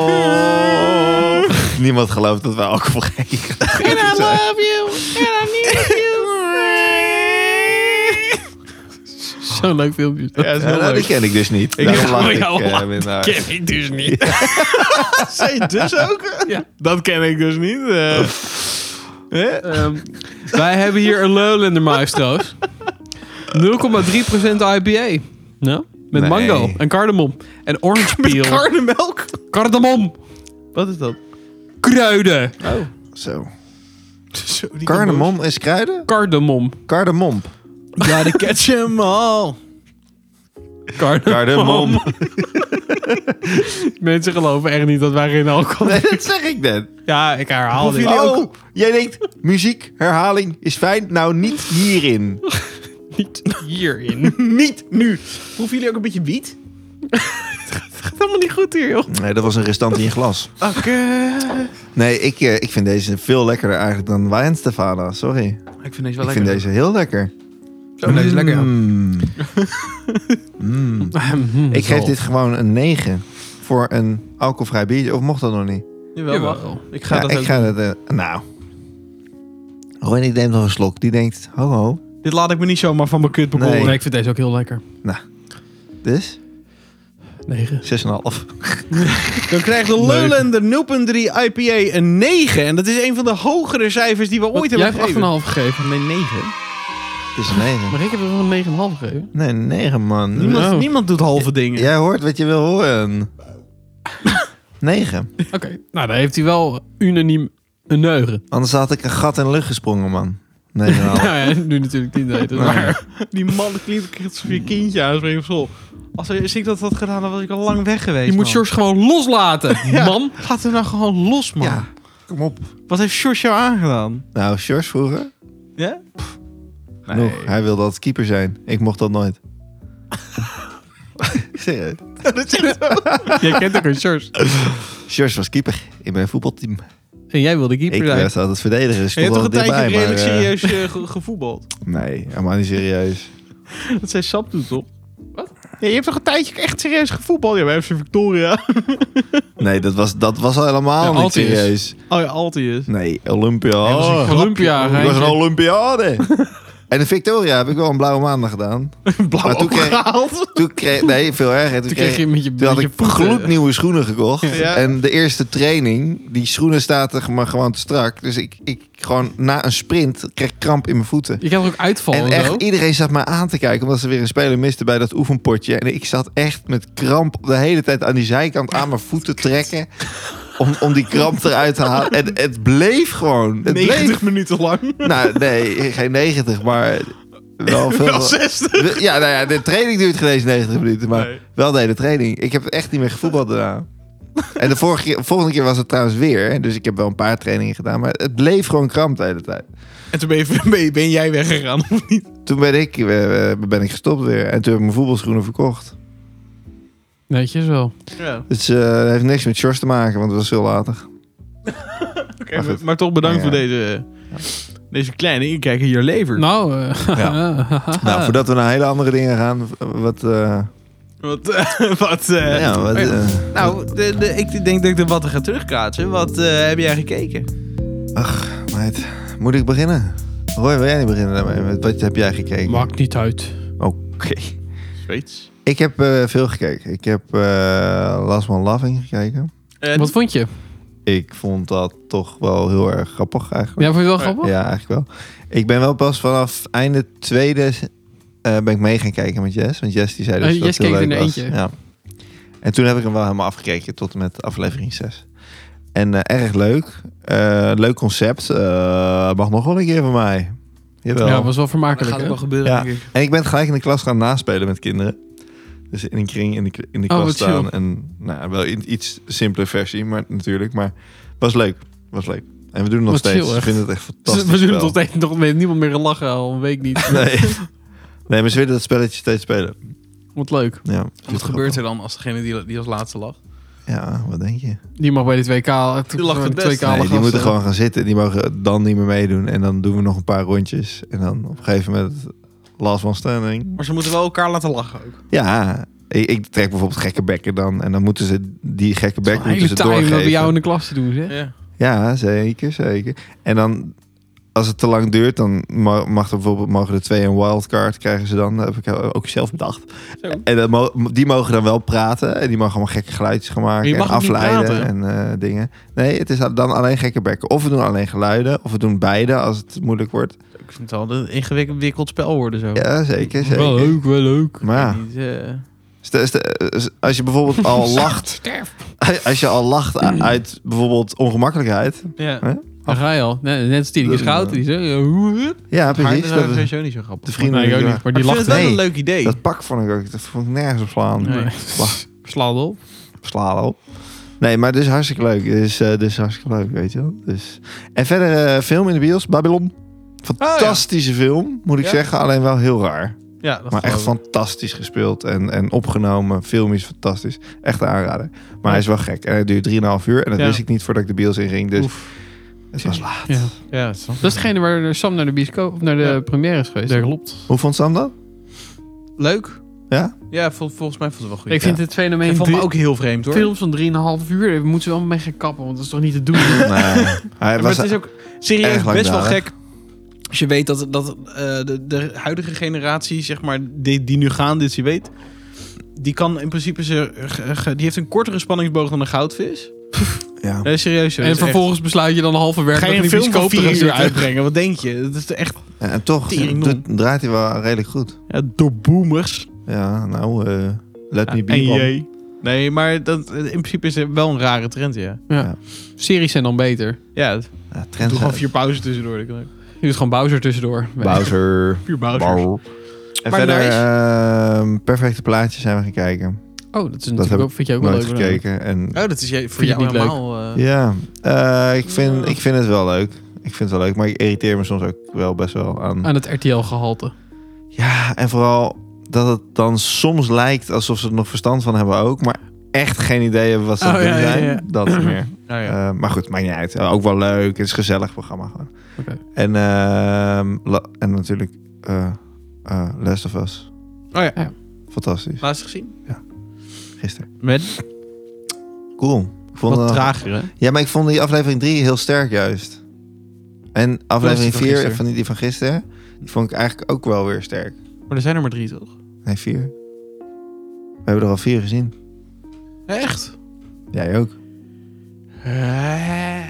Oh. Niemand gelooft dat wij alcohol geven. And I love you. And I need you. Zo'n leuk filmpje. Ja, dat is Ja, heel nou, die leuk. ken ik dus niet. Ik Daarom ga lach voor ik, jou eh, lachen. minder. Ken ik dus niet. Zei je dus ook? Ja. Dat ken ik dus niet. eh. Hè? Ehm, wij hebben hier een Leulander maestro's. nul komma drie procent I P A. Nou, met Nee. mango en cardamom. En orange peel. Karnemelk. Cardamom. Wat is dat? Kruiden. Zo. Zo, die Cardamom is kruiden? Cardamom. Cardamom. Ja, de catch hem al. Cardamom. Mensen geloven echt niet dat wij geen alcohol Nee, dat zeg ik net. Ja, ik herhaal dit. jullie ook- Oh, jij denkt, muziek, herhaling is fijn. Nou, niet hierin. Niet hierin. Niet nu. Proeven jullie ook een beetje wiet? Het gaat helemaal niet goed hier, joh. Nee, dat was een restant in je glas. Oké. Nee, ik, eh, ik vind deze veel lekkerder eigenlijk dan Wijn Stefana. Sorry. Ik vind deze wel Ik lekker. vind deze heel lekker. Zo, deze is lekker. Ja. Mm. Mm. Ik geef dit gewoon een negen voor een alcoholvrij biertje. Of mocht dat nog niet? Jawel, Jawel. wacht. Ik ga Ja, dat ik ook ga doen. dat... eh, nou. Ronnie die neemt nog een slok. Die denkt, ho ho. Dit laat ik me niet zomaar van mijn kut bekoren. Nee. Nee, ik vind deze ook heel lekker. Dus? negen. zes komma vijf. Dan krijgt de Leulender nul komma drie I P A een negen. En dat is een van de hogere cijfers die we ooit Jij hebben hebt acht gegeven. komma vijf gegeven. Nee, negen. Het is een negen. Maar ik heb er wel een negen komma vijf gegeven. Nee, negen man. Niemand, Nou. niemand doet halve dingen. Jij hoort wat je wil horen. negen. Oké, nou dan heeft hij wel unaniem een neugen. Anders had ik een gat in de lucht gesprongen, man. negen komma vijf. Nou ja, nu natuurlijk niet. Nee, dat is Nee. waar. Die man klinkt echt alsof je een kindje aanspreekt op school. Als hij- als ik dat had gedaan, dan was ik al lang weg geweest. Je moet man. George gewoon loslaten, Ja. man. Laat hem nou gewoon los, man. Ja, kom op. Wat heeft George jou aangedaan? Nou, George vroeger? Ja? Genoeg. Hij wilde altijd keeper zijn. Ik mocht dat nooit. Serieus? Dat is zo. Jij kent ook een George. George was keeper in mijn voetbalteam. En jij wilde keeper Ik zijn. was altijd verdediger. Dus Je hebt toch een stond tijdje altijd redelijk dichtbij, maar, serieus eh, ge- gevoetbald? eh, Nee, helemaal niet serieus. Dat zei Sap toen, toch? Wat? Ja, je hebt toch een tijdje echt serieus gevoetbald? Ja, bij F C Victoria. Nee, dat was, dat was al helemaal Ja, niet Altius. serieus. Oh ja, Olympia. Nee, Olympia. Nee, was een grapje. Olympia, Het was een Rijntje. Olympiade. En de Victoria heb ik wel een blauwe maandag gedaan. Blauw Maar toen kreeg- opgehaald. Toen kreeg, nee, veel erger. Toen, Toen kreeg je met je, toen had met je ik voeten- gloednieuwe schoenen gekocht. Ja. En de eerste training, die schoenen zaten maar gewoon te strak. Dus ik, ik gewoon na een sprint kreeg ik kramp in mijn voeten. Je kan er ook uitvallen En en echt, zo. iedereen zat me aan te kijken, omdat ze weer een speler misten bij dat oefenpotje. En ik zat echt met kramp de hele tijd aan die zijkant aan mijn voeten trekken. Om, om die kramp eruit te halen. En het bleef gewoon. Het negentig bleef. minuten lang. Nou, nee, geen negentig, maar wel veel. Wel zestig. Ja, nou ja, de training duurt geen eens negentig minuten, maar Nee. wel de hele training. Ik heb echt niet meer gevoetbald daarna. En de vorige keer, volgende keer was het trouwens weer. Dus ik heb wel een paar trainingen gedaan, maar het bleef gewoon kramp de hele tijd. En toen ben, je, ben, je- ben jij weggegaan, of niet? Toen ben ik, eh, ben ik gestopt weer. En toen heb ik mijn voetbalschoenen verkocht. Netjes wel. Ja. Dus eh, het heeft niks met shorts te maken, want het was veel later. Oké, Maar maar, goed. maar toch bedankt Ja. voor deze, deze kleine inkijk in je leven. Nou, eh, Nou, voordat we naar hele andere dingen gaan. Wat, eh, Wat, eh, wat, eh, ja, wat, eh, nou, de, de, ik denk dat ik de watten ga terugkaatsen. Wat eh, heb jij gekeken? ach, meid. Moet ik beginnen? Roy, wil jij niet beginnen daarmee? Met wat heb jij gekeken? maakt niet uit. Oké. Zweeds. Ik heb eh, veel gekeken. Ik heb uh, Last Man Laughing gekeken. Eh, Wat vond je? Ik vond dat toch wel heel erg grappig eigenlijk. Ja, vond je het wel Ja. grappig? Ja, eigenlijk wel. Ik ben wel pas vanaf einde tweede uh, ben ik mee gaan kijken met Jess. Want Jess die zei dus Uh, dat Jess het heel keek er leuk in was. eentje. Ja. En toen heb ik hem wel helemaal afgekeken tot en met aflevering zes. En uh, erg leuk. Uh, leuk concept. Uh, mag nog wel een keer van mij. Jawel. Ja, was wel dat vermakelijk. gaat ook hè? wel gebeuren, Ja. denk ik. En ik ben het gelijk in de klas gaan naspelen met kinderen. Dus in een kring in de, in de Oh, klas wat staan. chill. En nou, wel in iets simpele versie, maar natuurlijk. Maar was leuk. Was leuk. En we doen het nog Wat steeds. chill, Ik echt. vind het echt fantastisch. We doen het spel. nog steeds nog met niemand meer lachen al een week niet. Nee. nee, maar ze willen dat spelletje steeds spelen. Wat leuk. Ja. Wat gebeurt er dan als degene die, die als laatste lacht? Ja, wat denk je? Die mag bij de twee K. Die lacht het best. Nee, die moeten gewoon gaan zitten. Die mogen dan niet meer meedoen. En dan doen we nog een paar rondjes. En dan op een gegeven moment last van standing. Maar ze moeten wel elkaar laten lachen ook. Ja, ik, ik trek bijvoorbeeld gekke bekken dan. En dan moeten ze die gekke bek Een moeten hele ze taai om dat bij doorgeven. jou in de klas te doen, zeg. Ja. Ja, zeker, zeker. En dan, als het te lang duurt, dan ma- mag er bijvoorbeeld mogen er twee een wildcard krijgen ze dan. Dat heb ik ook zelf bedacht. Zo. En dat mo- die mogen dan wel praten. En die mogen allemaal gekke geluidjes gaan maken. Maar je En mag ook niet afleiden praten. en eh, dingen. Nee, het is dan alleen gekke bekken. Of we doen alleen geluiden. Of we doen beide als het moeilijk wordt. Ik vind het wel een ingewikkeld spel worden zo. Ja, zeker, zeker. Wel leuk, wel leuk. Maar ja, Niet, eh, st- st- als je bijvoorbeeld al lacht... Sterf. Als je al lacht uit bijvoorbeeld ongemakkelijkheid. ja. Hè? Daar ga je al. Nee, net Stielke Dat- Schouten. Die zegt... hoe? Ja, Maar precies. dat Dat, is sowieso niet zo grappig. de vrienden Nee, ik ook die- niet. Maar Maar die ik vind lacht het wel Nee. een leuk idee. Dat pak vond ik ook. Dat vond ik nergens op slaan. Nee. Sla, Sla op. sla op. Nee, maar het is hartstikke leuk. Het is, uh, het is hartstikke leuk, weet je wel. Dus... En verder uh, film in de bios, Babylon. Fantastische film, moet ik Ja? zeggen. Alleen wel heel raar. Ja, dat Maar echt geloof ik. fantastisch gespeeld en, en opgenomen. Film is fantastisch. Echt een aanrader. Maar hij is wel gek. En hij duurt drieënhalf uur. En dat Ja. wist ik niet voordat ik de bios inging. Dus Oef. het was laat. Ja. Ja, dat is, Dat is degene waar Sam naar de bioscoop of naar de Ja. première is geweest. dat klopt. Hoe vond Sam dat? Leuk. Ja? Ja, vol- volgens mij vond het wel goed. Ik vind het fenomeen Ik vond me drie- ook heel vreemd hoor. films van drieënhalf uur. Daar moeten ze wel mee gaan kappen, want dat is toch niet te doen. Nee. Hij maar was het is ook serieus erg best wel langdradig. gek. Als je weet dat, dat uh, de, de huidige generatie, zeg maar, die, die nu gaan, dit je weet, die kan in principe ze, ge- ge- die heeft een kortere spanningsboog dan een goudvis. Ja. Nee, serieus. zo. En Dat is vervolgens besluit je dan een halve werk echt, ga je een film van vier uur uitbrengen? Wat denk je? Dat is echt En, en toch Tering doet- draait hij wel redelijk goed. ja, door boomers. Ja, nou, uh, let me Ja, be en one. jee. Nee, maar dat, in principe is het wel een rare trend, ja. Ja. Ja. Series zijn dan beter. Ja, Ja, doe trends gewoon vier pauzes tussendoor. Dat kan ook. Je doet gewoon Bowser tussendoor. Bowser. Vier pauzes. Bauer. En Maar verder, nice. ehm, perfecte plaatjes zijn we gaan kijken. Oh, dat is Dat natuurlijk heb ook, vind je ook wel Nooit leuk. gekeken. En Oh, dat is je- voor Vind je jou het niet leuk? helemaal... eh, ja, eh, ik, vind, ik vind het wel leuk. Ik vind het wel leuk, maar ik irriteer me soms ook wel best wel aan. Aan het R T L-gehalte. Ja, en vooral dat het dan soms lijkt alsof ze er nog verstand van hebben ook, maar echt geen idee hebben wat ze aan het Oh, doen ja, ja, zijn. ja. Dat is meer. nou ja. Eh, maar goed, maakt niet uit. Eh, ook wel leuk. Het is een gezellig programma gewoon. Oké. En, ehm, la- en natuurlijk eh eh, Last of Us. Oh ja, Ja. Fantastisch. laatst gezien. Gisteren. Met Cool. Ik vond wat het- trager, hè? Ja, maar ik vond die aflevering drie heel sterk juist. En aflevering van vier gisteren? van die, die van gisteren, Die vond ik eigenlijk ook wel weer sterk. Maar er zijn er maar drie, toch? Nee, vier. We hebben er al vier gezien. Echt? Jij ook. Uh,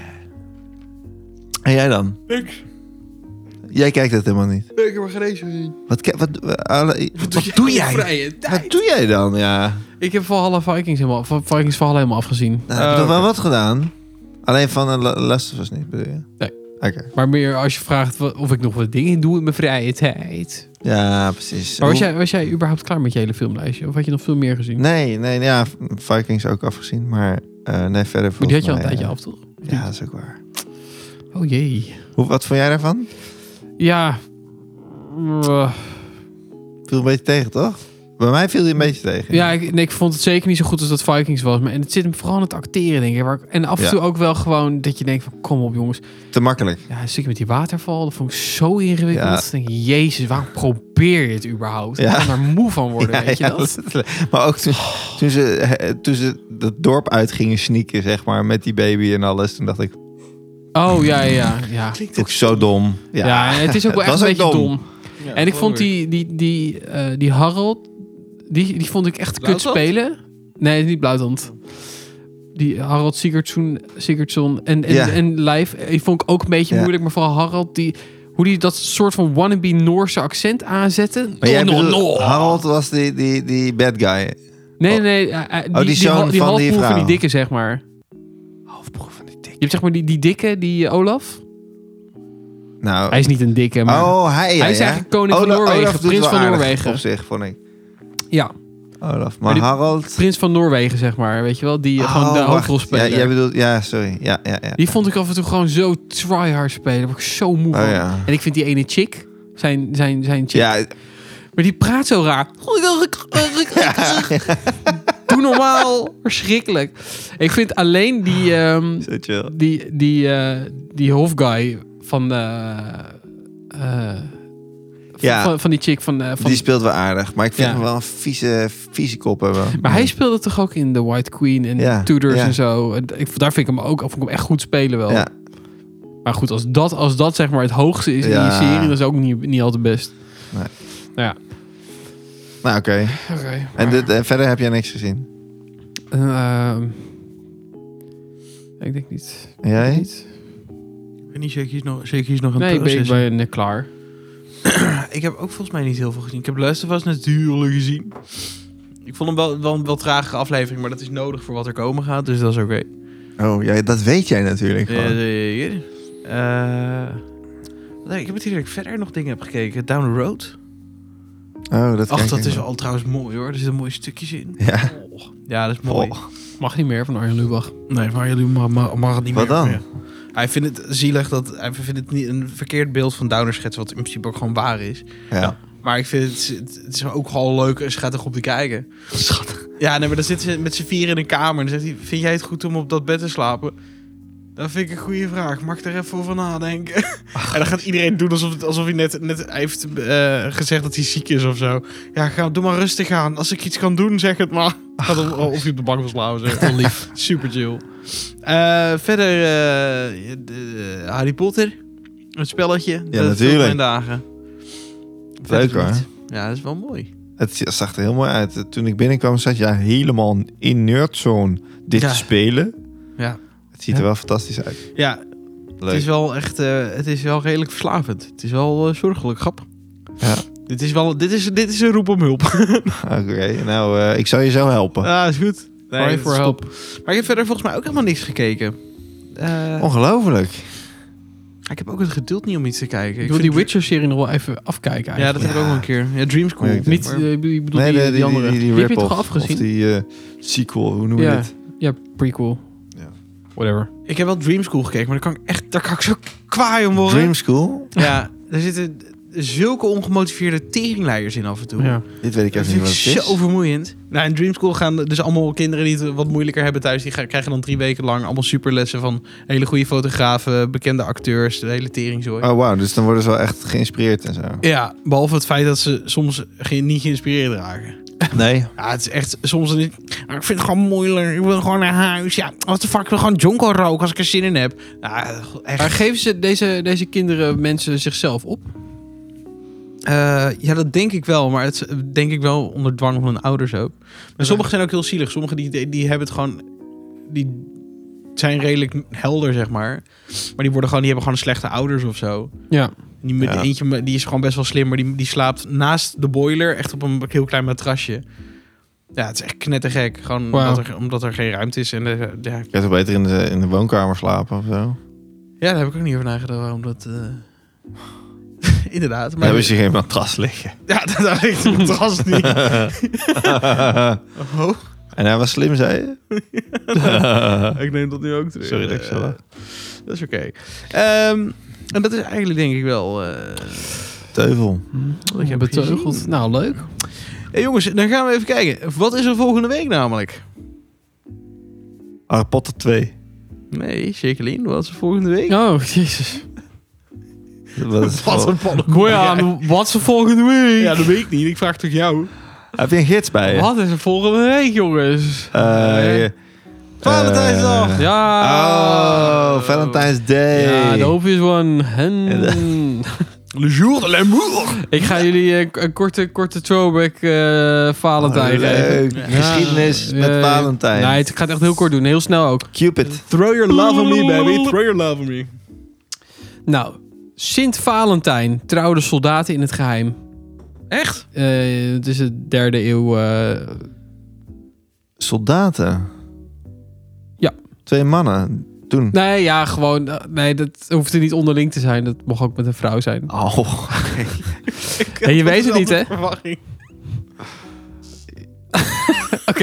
En jij dan? Niks. Jij kijkt het helemaal niet. Ik heb er geen eens gezien. Wat, ke- wat, wat, alle- wat doe jij? Vrije tijd. Wat doe jij dan? Ja. Ik heb Valhalla Vikings helemaal, Vikings Valhalla helemaal afgezien. Nou, heb je Oh, toch wel oké. wat gedaan? Alleen van een La- Last of Us niet, bedoel je? Nee. Oké. Maar meer als je vraagt wat- of ik nog wat dingen doe in mijn vrije tijd. Ja, precies. Maar was Hoe- jij, was jij überhaupt klaar met je hele filmlijstje? Of had je nog veel meer gezien? Nee, nee, ja, Vikings ook afgezien, maar uh, nee, verder Maar die had je al volgens een mij, tijdje eh, af, toch? Ja, dat is ook waar. Oh jee. Hoe, wat vond jij daarvan? Ja. Uh, Viel een beetje tegen, toch? Bij mij viel hij een beetje tegen. ja, ik, nee, ik vond het zeker niet zo goed als dat Vikings was. Maar, en het zit hem vooral in het acteren, denk ik. Waar ik en af en Ja. toe ook wel gewoon dat je denkt van, kom op jongens. Te makkelijk. Ja, een stukje met die waterval, dat vond ik zo ingewikkeld. Ja. Dan denk ik, jezus, waarom probeer je het überhaupt? Ja. Ik kan daar moe van worden, Ja, weet je ja, dat? letterlijk. Maar ook toen, toen, ze, eh, toen ze dat dorp uit gingen sneaken, zeg maar, met die baby en alles. Toen dacht ik, Oh, ja, ja, ja. ook zo dom. Ja, Ja, en het is ook wel Het echt een was beetje ook dom. En ik vond die, die, die, eh, die Harold, die, die vond ik echt kut Blauwtand? spelen. Nee, niet Blauwtand. Die Harold Sigurdsson, Sigurdsson en, en, Ja. en live, eh, die vond ik ook een beetje Ja. moeilijk. Maar vooral Harold, die, hoe die dat soort van wannabe Noorse accent aanzette. Maar jij No, no, bedoelt, no. Harold was die, die, die bad guy. Nee, nee, eh, eh, die, die die, zoon hal- die van die halfbroer van die vrouw. dikke, zeg maar. Halfbroer van die dik. Je hebt zeg maar die, die dikke, die eh, Olaf. Nou, Hij is niet een dikke, maar... oh, hij, ja, hij is ja. eigenlijk koning van Olaf- Noorwegen, Olaf doet prins wel van aardig Noorwegen. Op zich, vond ik. Ja, Olaf. Maar, Maar die- Harold... prins van Noorwegen, zeg maar. Weet je wel, die eh, gewoon Oh, de wacht. hoofdrolspeler. Ja, jij bedoelt... Ja, sorry. Ja, ja, ja. Die vond ik af en toe gewoon zo tryhard spelen. Daar word ik zo moe van. Oh ja. En ik vind die ene chick, zijn, zijn, zijn chick, Ja, maar die praat zo raar. Doe normaal. Verschrikkelijk. Ik vind alleen die, ehm, zo chill. die, die, eh, die hoofdguy van, eh, eh, Ja. van, van die chick van... eh, van Die speelt wel aardig. Maar ik vind Ja. hem wel een vieze, vieze kop hebben. maar hij speelde toch ook in The White Queen en Ja, Tudors ja. en zo. En ik, daar vind ik hem ook vond ik hem echt goed spelen wel. Ja. Maar goed, als dat, als dat zeg maar het hoogste is in Ja. die serie, dan is het ook niet, niet altijd best. Nee. Nou ja. Nou, oké. Oké. En dit, en verder heb jij niks gezien? Ehm, ik denk niet. En jij? Niet. Ik weet niet, zeker is nog, zeker is nog een Nee, ik ben, ik proces. ben net klaar. Ik heb ook volgens mij niet heel veel gezien. Ik heb Last of Us natuurlijk gezien. Ik vond hem wel, wel een wel tragere aflevering, maar dat is nodig voor wat er komen gaat, dus dat is oké. Oh, ja, dat weet jij natuurlijk Ja, gewoon. zeker. Eh, nee, ik heb het hier dat ik verder nog dingen heb gekeken. Down the Road. Oh, dat Ach, kijk dat ik is wel. wel trouwens mooi hoor. Er zitten mooie stukjes in. Ja. Oh, ja, dat is mooi. Oh. Mag niet meer van Arjen Lubach. Nee, maar jullie mag, mag, mag het niet Wat meer. dan? Ja. Hij vindt het zielig dat hij vindt het niet een verkeerd beeld van Downer schetsen, wat in principe ook gewoon waar is. Ja. Maar ik vind het, het is ook gewoon leuk en schattig om te kijken. Schattig. Ja, nee, maar dan zitten ze met z'n vier in een kamer en dan zegt hij: vind jij het goed om op dat bed te slapen? Dat vind ik een goede vraag. Mag ik er even over nadenken? En dan gaat iedereen doen alsof, het, alsof hij net, net heeft uh, gezegd dat hij ziek is of zo. Ja, ga, doe maar rustig aan. Als ik iets kan doen, zeg het maar. Gaat om, of hij op de bank wil slapen. Zeg. Heel lief. Super chill. Uh, verder uh, de, Harry Potter. Het spelletje. Ja, dat vult natuurlijk. mijn dagen. Leuk Verder hoor. niet. Ja, dat is wel mooi. Het zag er heel mooi uit. Toen ik binnenkwam zat je helemaal in nerdzone dit Ja. te spelen. Ja. Het ziet er wel fantastisch uit. Ja, Leuk. het is wel echt, uh, het is wel redelijk verslavend. Het is wel uh, zorgelijk, grap. Ja. Dit is wel, dit is, dit is een roep om hulp. Oké, nou, uh, ik zal je zo helpen. Ja, is goed. Cry dat for is help. top. Maar ik heb verder volgens mij ook helemaal niks gekeken. Uh, Ongelooflijk. ik heb ook het geduld niet om iets te kijken. Ik wil die Witcher-serie nog wel even afkijken Ja, dat eigenlijk. heb ik ook wel een keer. Ja, Dream School. Ja, ik Niet, Maar- eh, ik bedoel Nee, die, de- die, andere. Die, die, heb je rip-off. toch al afgezien? Of die uh, sequel, hoe noem je Ja. dit? Ja, prequel. Ja. Whatever. ik heb wel Dream School gekeken, maar daar kan ik echt, daar kan ik zo kwaai om worden. Dream School? Ja, er zitten zulke ongemotiveerde teringleiders in af en toe. Ja. Dit weet ik Dat even niet vind wat ik het is. zo vermoeiend. Nou, in Dream School gaan dus allemaal kinderen die het wat moeilijker hebben thuis. Die gaan- krijgen dan drie weken lang allemaal superlessen van hele goede fotografen, bekende acteurs, de hele teringzooi. Oh, wauw. Dus dan worden ze wel echt geïnspireerd en zo. Ja, behalve het feit dat ze soms geen, niet geïnspireerd raken. Nee. Ja, het is echt soms niet. "Ah, ik vind het gewoon moeilijk. Ik wil gewoon naar huis. Ja, wat de fuck, ik wil gewoon jonko roken als ik er zin in heb. Ja, echt. Maar geven ze deze, deze kinderen mensen zichzelf op? Uh, ja, dat denk ik wel. Maar het is, denk ik wel onder dwang van hun ouders ook. Maar sommigen zijn ook heel zielig. Sommigen die, die, die hebben het gewoon... Die zijn redelijk helder, zeg maar. Maar die, worden gewoon, die hebben gewoon slechte ouders of zo. Ja. Die, die Ja. eentje die is gewoon best wel slim. Maar die, die slaapt naast de boiler. Echt op een heel klein matrasje. Ja, het is echt knettergek. Gewoon Wow. omdat, er, omdat er geen ruimte is. En de, de, ja, Je kan toch beter in de, in de woonkamer slapen of zo? ja, daar heb ik ook niet over nagedacht. Waarom dat... Uh... Inderdaad. Maar Maar hebben ze geen matras liggen. ja, daar ligt het matras niet. Oh. En hij was slim, zei je? Ik neem dat nu ook terug. Sorry dat ik zo Uh, lach. Dat is oké. Okay. Um, en dat is eigenlijk denk ik wel... Uh, Teuvel. wat ik heb Beteugeld. gezien. Nou, leuk. Hey, jongens, dan gaan we even kijken. Wat is er volgende week namelijk? Harry Potter twee. Nee, Jacqueline, wat is er volgende week? Oh, jezus. Wat is Wat voor- een pannenkoek. Bojan, wat is er volgende week? Ja, dat weet ik niet. Ik vraag toch jou? Heb je een gids bij je? Wat is er volgende week, jongens? Eh, je- Valentijnsdag. eh, Ja. Oh, Valentine's Day. Ja, de obvious one. En... Le jour de l'amour. Ik ga jullie eh, een korte, korte throwback eh Valentijn Oh, leuk. geven. Geschiedenis met eh, Valentijn. Nee, het gaat echt heel kort doen. Heel snel ook. Cupid. Throw your love on me, baby. Throw your love on me. Nou, Sint Valentijn trouwde soldaten in het geheim. Echt? Eh, het is de derde eeuw. eh, Soldaten. Ja. Twee mannen. Toen. nee, ja, gewoon. eh, nee, dat hoeft er niet onderling te zijn. Dat mocht ook met een vrouw zijn. Oh, oké. En je weet het niet, hè? Verwachting. Oké.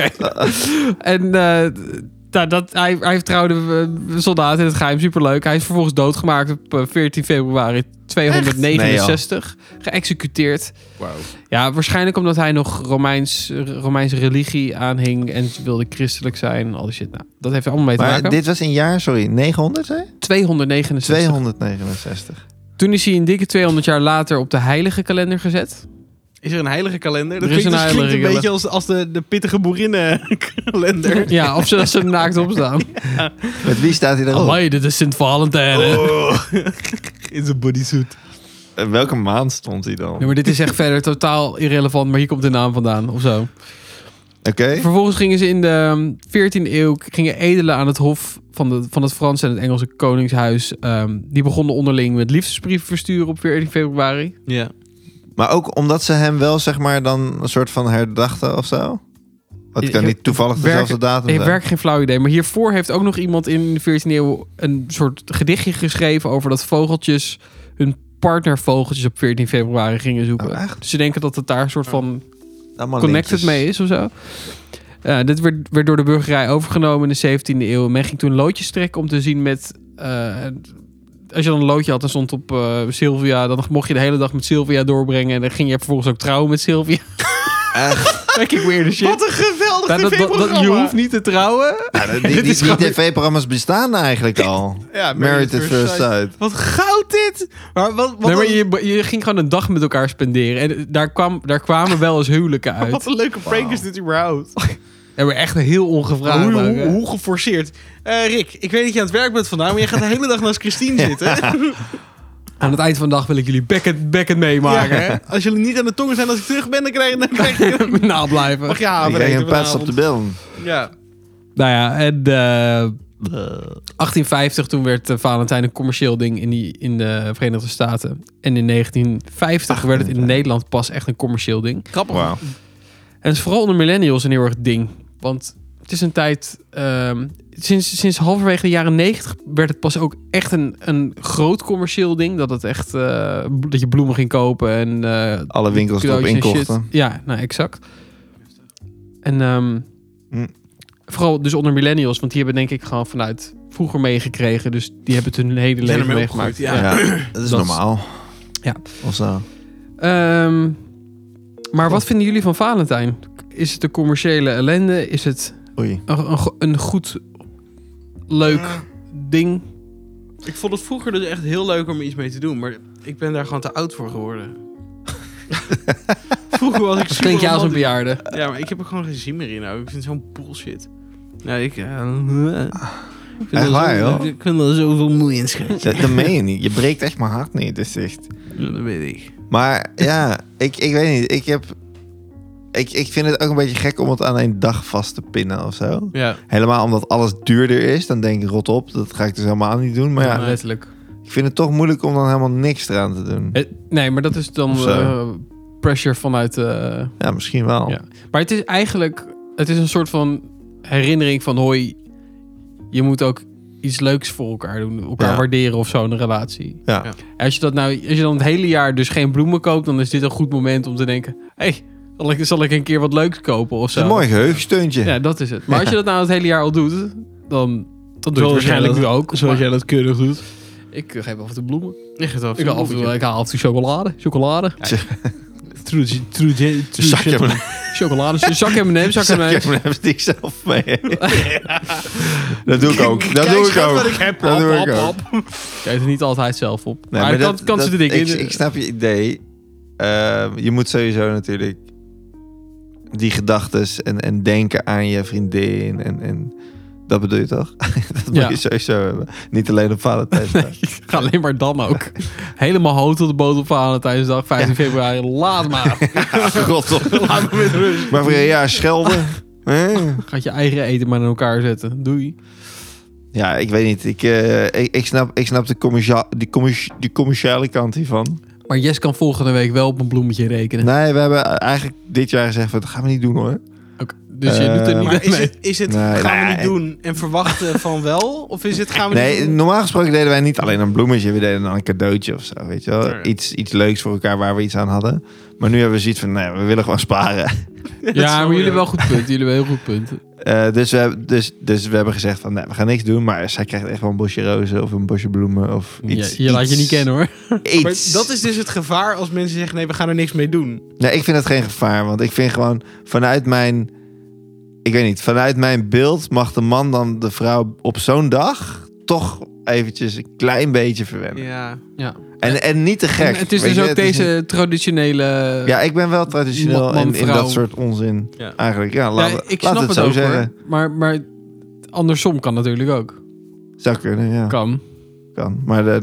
En eh, nou, dat, hij, hij trouwde uh, soldaten in het geheim. Superleuk. Hij is vervolgens doodgemaakt op uh, veertien februari tweehonderdnegenenzestig. Geëxecuteerd. Wauw. Ja, waarschijnlijk omdat hij nog Romeins, Romeinse religie aanhing en wilde christelijk zijn. Al die shit. Nou, dat heeft er allemaal mee te Maar maken. dit was in jaar, sorry, negenhonderd, hè? tweehonderdnegenenzestig. tweehonderdnegenenzestig. Toen is hij een dikke tweehonderd jaar later op de heilige kalender gezet. Is er een heilige kalender? Dat Er is klinkt, een dus- klinkt heilige een beetje als, als de, de pittige boerinnenkalender. Ja, of zodat ze er naakt op staan. Met wie staat hij erop? Allee, dit is Sint Valentijn. hè? Oh. In zijn bodysuit. In welke maand stond hij dan? Ja, maar dit is echt verder totaal irrelevant, maar hier komt de naam vandaan of zo. Oké. Vervolgens gingen ze in de veertiende eeuw gingen edelen aan het hof van, de, van het Franse en het Engelse koningshuis. Um, die begonnen onderling met liefdesbrieven versturen op veertien februari. Ja. Maar ook omdat ze hem wel, zeg maar, dan een soort van herdachten of zo? Het kan Ik- niet toevallig dezelfde werk- datum Ik zijn. werk geen flauw idee. Maar hiervoor heeft ook nog iemand in de veertiende eeuw een soort gedichtje geschreven over dat vogeltjes hun partnervogeltjes op veertien februari gingen zoeken. Oh, echt? Dus ze denken dat het daar een soort van Allemaal connected linkjes. mee is of zo. Uh, dit werd, werd door de burgerij overgenomen in de zeventiende eeuw. Men ging toen loodjes trekken om te zien met... Uh, als je dan een loodje had en stond op uh, Sylvia... dan mocht je de hele dag met Sylvia doorbrengen... en dan ging je vervolgens ook trouwen met Sylvia. Echt? Kijk ik weer de shit. Wat een geweldig Nou, dat, dat, dat- tv-programma. je hoeft niet te trouwen. Ja, die Dit die, is die gewoon- tv-programma's bestaan eigenlijk al. Ja, Married at First Sight. Wat goud dit! Maar wat, wat, Nee, maar een, je, je ging gewoon een dag met elkaar spenderen. En daar, kwam, daar kwamen wel eens huwelijken uit. wat een leuke prank is dit überhaupt. En we echt heel ongevraagd. hoe, ook, hoe, hè. hoe geforceerd. Eh, Rick, ik weet dat je aan het werk bent vandaag, maar je gaat de hele dag naast Christine zitten. Aan het eind van de dag wil ik jullie bekken, bekken meemaken. Ja, als jullie niet aan de tongen zijn als ik terug ben, dan krijg je, dan krijg je Na blijven. mag je Ik haven krijg eten een pats op vanavond. de billen. Ja. Nou ja, en uh, achttien vijftig toen werd uh, Valentijn een commercieel ding in, die, in de Verenigde Staten. En in negentien vijftig werd het in Nederland pas echt een commercieel ding. Grappig. Wauw. En het is vooral onder millennials een heel erg ding. Want het is een tijd... Um, sinds, sinds halverwege de jaren negentig werd het pas ook echt een, een groot commercieel ding. Dat het echt... Uh, dat je bloemen ging kopen en... Uh, Alle winkels erop cadeautjes en inkochten. shit. Ja, nou exact. En um, Hm. vooral dus onder millennials. Want die hebben denk ik gewoon vanuit vroeger meegekregen. Dus die hebben het hun hele Die zijn leven ermee meegemaakt. opgegroeid, Ja, dat is Dat is- normaal. Ja. Of zo. Um, maar wat vinden jullie van Valentijn? Is het een commerciële ellende? Is het Oei. een, een, een goed, leuk ding? Ik vond het vroeger dus echt heel leuk om er iets mee te doen, maar ik ben daar gewoon te oud voor geworden. Vroeger was ik Dat klinkt je als een super bejaarde. Ja, maar ik heb er gewoon geen zin meer in. Nou. Ik vind het zo'n bullshit. Nou, ik... Uh, ik vind Echt er waar, zo- joh? Ik vind er zoveel moeite in, schat. Dat, dat meen je niet. Je breekt echt mijn hart niet. Dat is echt... Ja, dat weet ik. Maar ja, ik, ik weet niet. Ik heb... Ik, ik vind het ook een beetje gek om het aan één dag vast te pinnen of zo. Ja. Helemaal omdat alles duurder is. Dan denk ik, rot op. Dat ga ik dus helemaal niet doen. Maar ja, Ja, letterlijk. ik vind het toch moeilijk om dan helemaal niks eraan te doen. Eh, Nee, maar dat is dan Of zo. eh, pressure vanuit... eh, Ja, misschien wel. Ja. Maar het is eigenlijk... Het is een soort van herinnering van... Hoi, je moet ook iets leuks voor elkaar doen. Elkaar Ja. waarderen of zo in een relatie. Ja. Ja. En als je dat nou... Als je dan het hele jaar dus geen bloemen koopt... Dan is dit een goed moment om te denken... Hé, hey, zal, ik, zal ik een keer wat leuks kopen of Het zo? is een mooi geheugensteuntje. Ja, dat is het. Maar als je dat nou het hele jaar al doet... Dan, dan doe je het waarschijnlijk jij nu dat- ook. Zoals Maar jij dat keurig doet. Ik eh, geef af en toe bloemen. Ik, het af, Ik haal af en toe, ik haal af en toe chocolade. Chocolade. True, true, true, true Zak je gentleman. Chocolade. Zak M en M's. Zak M en M's. Zak heb ik zelf mee. Dat doe ik ook. Dat Kijk, doe ik schat, ook. wat ik heb. Dat doe Hop, ik hop, ook. hop. Kijk er niet altijd zelf op. Nee, maar maar kan, dat- kan dat- ze de dingen ik, in. ik snap je idee. Uh, je moet sowieso natuurlijk die gedachtes en, en denken aan je vriendin. En, en dat bedoel je toch? Dat moet Ja. je sowieso hebben. Niet alleen op Valentijnsdag. Ik ga alleen maar dan ook. Helemaal hoog tot de boot op Valentijnsdag, vijftien februari. Laat maar. God op. Laat me met rust. Maar voor een jaar schelden. Hè? Gaat je eigen eten maar in elkaar zetten. Doei. Ja, ik weet niet. Ik, uh, ik, ik snap, ik snap de commercia- die, commerci- die commerciële kant hiervan. Maar Jess kan volgende week wel op een bloemetje rekenen. Nee, we hebben eigenlijk dit jaar gezegd, van, dat gaan we niet doen hoor. Oké, dus je Eh, doet er niet Maar aan is mee. het, is het Nee, gaan we nee. niet doen en verwachten van wel? Of is het gaan we Nee, niet doen? normaal gesproken deden wij niet alleen een bloemetje. We deden dan een cadeautje of zo, weet je wel. Ja. Iets, iets leuks voor elkaar waar we iets aan hadden. Maar nu hebben we zoiets van, nee, we willen gewoon sparen. Ja, maar jullie hebben wel goed punt. Jullie hebben heel goed punt. Uh, dus, we, hebben- dus, dus we hebben gezegd van, nee, we gaan niks doen. Maar zij krijgt echt wel een bosje rozen of een bosje bloemen of iets. je je laat je iets- niet kennen hoor. Iets. Maar dat is dus het gevaar als mensen zeggen, nee, we gaan er niks mee doen. Nee, ik vind het geen gevaar. Want ik vind gewoon vanuit mijn... Ik weet niet, vanuit mijn beeld mag de man dan de vrouw op zo'n dag toch eventjes een klein beetje verwennen. Ja. Ja. En, en niet te gek. En het is weet dus je, ook het is deze traditionele... niet- Ja, ik ben wel traditioneel Man- man, in, in vrouw. dat soort onzin. Ja. Eigenlijk, ja, laat, Ja, ik laat snap het, het, zo ook zeggen. hoor. Maar, maar andersom kan natuurlijk ook. Zou kunnen, ja. Kan. Kan. Maar dat...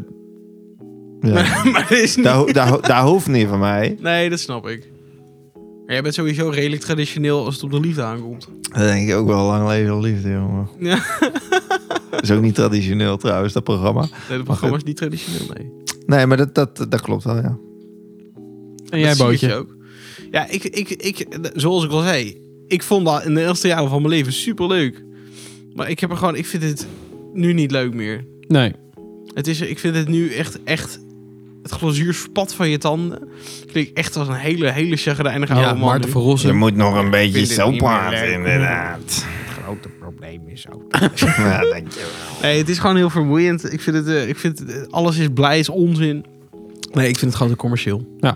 Ja. Maar, maar dat is niet... daar, ho- daar, ho- daar hoeft niet van mij. Nee, dat snap ik. Maar jij bent sowieso redelijk traditioneel als het op de liefde aankomt. Dat denk ik ook wel lang leven liefde, jongen. Ja. Dat is ook niet traditioneel trouwens, dat programma. Nee, het programma is niet traditioneel, nee. Nee, maar dat, dat, dat klopt wel, ja. En jij Dat zie Bootje? je ook. Ja, ik, ik, ik, zoals ik al zei, ik vond dat in de eerste jaren van mijn leven super leuk. Maar ik heb er gewoon, ik vind het nu niet leuk meer. Nee. Het is, ik vind het nu echt, echt, het glazuur spat van je tanden. Klinkt echt als een hele, hele chagrijnige oude Ja, man. Maarten nu. van Rossum. Je moet nog een beetje vind het zo niet meer praten, leuk. inderdaad. Het grote probleem is ook. Ja, dankjewel. Nee, het is gewoon heel vermoeiend. Ik vind het, uh, ik vind het, uh, alles is blij, is onzin. Nee, ik vind het gewoon te commercieel. Ja.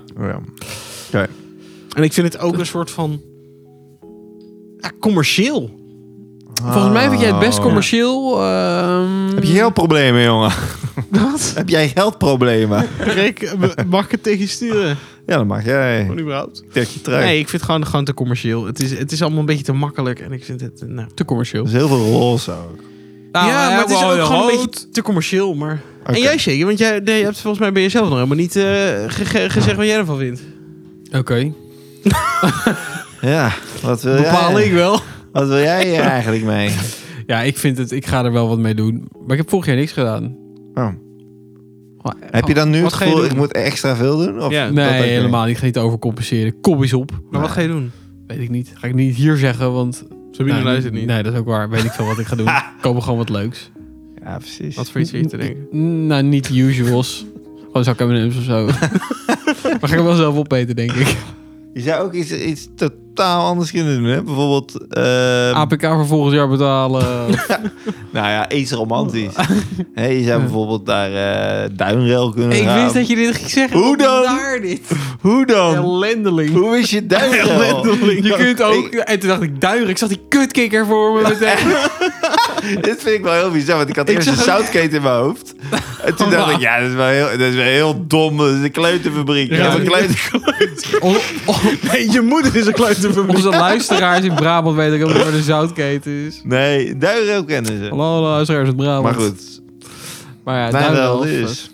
En ik vind het ook een soort van, ja, commercieel. Volgens mij vind jij het best Oh. commercieel. ehm, Heb je geldproblemen, jongen? Wat? Heb jij geldproblemen? Rick, uh, mag ik het tegen je sturen? Ja, dat mag jij. Gewoon überhaupt. Ik trek je terug. Nee, ik vind het gewoon, gewoon te commercieel. Het is, het is allemaal een beetje te makkelijk. En ik vind het, uh, nou. te commercieel. Er is heel veel roze ook. ja, maar het is ook gewoon een rood. beetje te commercieel. Maar... Oké. En jij, Shaggy, want jij nee, je hebt volgens mij bij jezelf nog helemaal niet uh, ge- ge- gezegd wat jij ervan vindt. Oké. Ja, wat wil Bepaal jij? ik wel. Wat wil jij hier eigenlijk mee? Ja, ik vind het. Ik ga er wel wat mee doen. Maar ik heb vorig jaar niks gedaan. Oh. Oh, Heb je dan nu Wat het ga je gevoel, doen? ik moet extra veel doen? Of Ja. dat Nee, heb je niet? helemaal niet. Ik ga niet overcompenseren. Kom eens op. Maar wat ga je doen? Weet ik niet. Ga ik niet hier zeggen, want... Sabine Nou, luistert niet. Nee, dat is ook waar. Weet ik veel wat ik ga doen. Kopen gewoon wat leuks. Ja, precies. Wat voor iets zit je te denken? Mm, Nou, niet de usuals. Gewoon zak M en M's of zo. Maar ga ik wel zelf opeten, denk ik. Je zou ook iets, iets totaal anders kunnen doen, hè? Bijvoorbeeld... ehm, A P K voor volgend jaar betalen. nou ja, iets romantisch. Hè, je zou bijvoorbeeld naar eh Duinrail kunnen ik gaan. wist dat je dit ging zeggen. Hoe dan? Daar dit. Hoe dan? Ellendeling. Hoe wist je Duinrail? Je kunt ook... Ik- En toen dacht ik, duiger. Ik zag die kutkikker voor me meteen. Dit vind ik wel heel bizar, want ik had Ik eerst een zag- zoutketen in mijn hoofd. En toen dacht ik, ja, dat is wel heel, dat is wel heel dom. Dat is een kleuterfabriek. Ja, Ja, een die- kleuter... On- on- Nee, je moeder is een kleuterfabriek. Onze luisteraars in Brabant weten ook waar de zoutketen is. Nee, Duinrail kennen ze. Hallo luisteraars uit Brabant. Maar goed, Maar ja, Duinrail Duinrail, dus.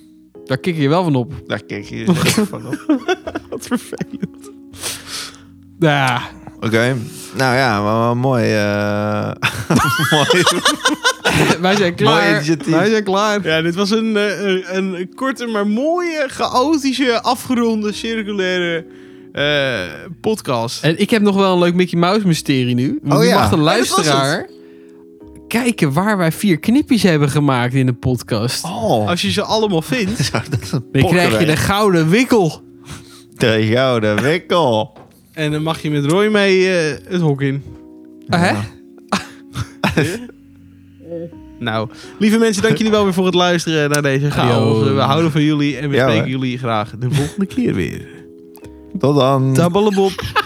Daar kik je wel van op. Daar kijk je zeker van op. Wat vervelend. Ja. Oké. Okay. Nou ja, maar, maar mooi. Uh... mooi. Wij zijn Mooi klaar. initiatief. Wij zijn klaar. Ja, dit was een, uh, een, een korte, maar mooie, chaotische, afgeronde, circulaire uh, podcast. En ik heb nog wel een leuk Mickey Mouse mysterie nu. Want Oh nu ja. mag de Ja, dat was luisteraar kijken waar wij vier knipjes hebben gemaakt in de podcast. Oh. Als je ze allemaal vindt. Zo, dat is een Dan krijg je de gouden wikkel. de gouden wikkel. En dan mag je met Roy mee uh, het hok in. Ah, hè? Nou, lieve mensen, dank jullie wel weer voor het luisteren naar deze chaos. Yo. We houden van jullie en we Ja, spreken hoor. jullie graag de volgende keer weer. Tot dan. Tabalabop.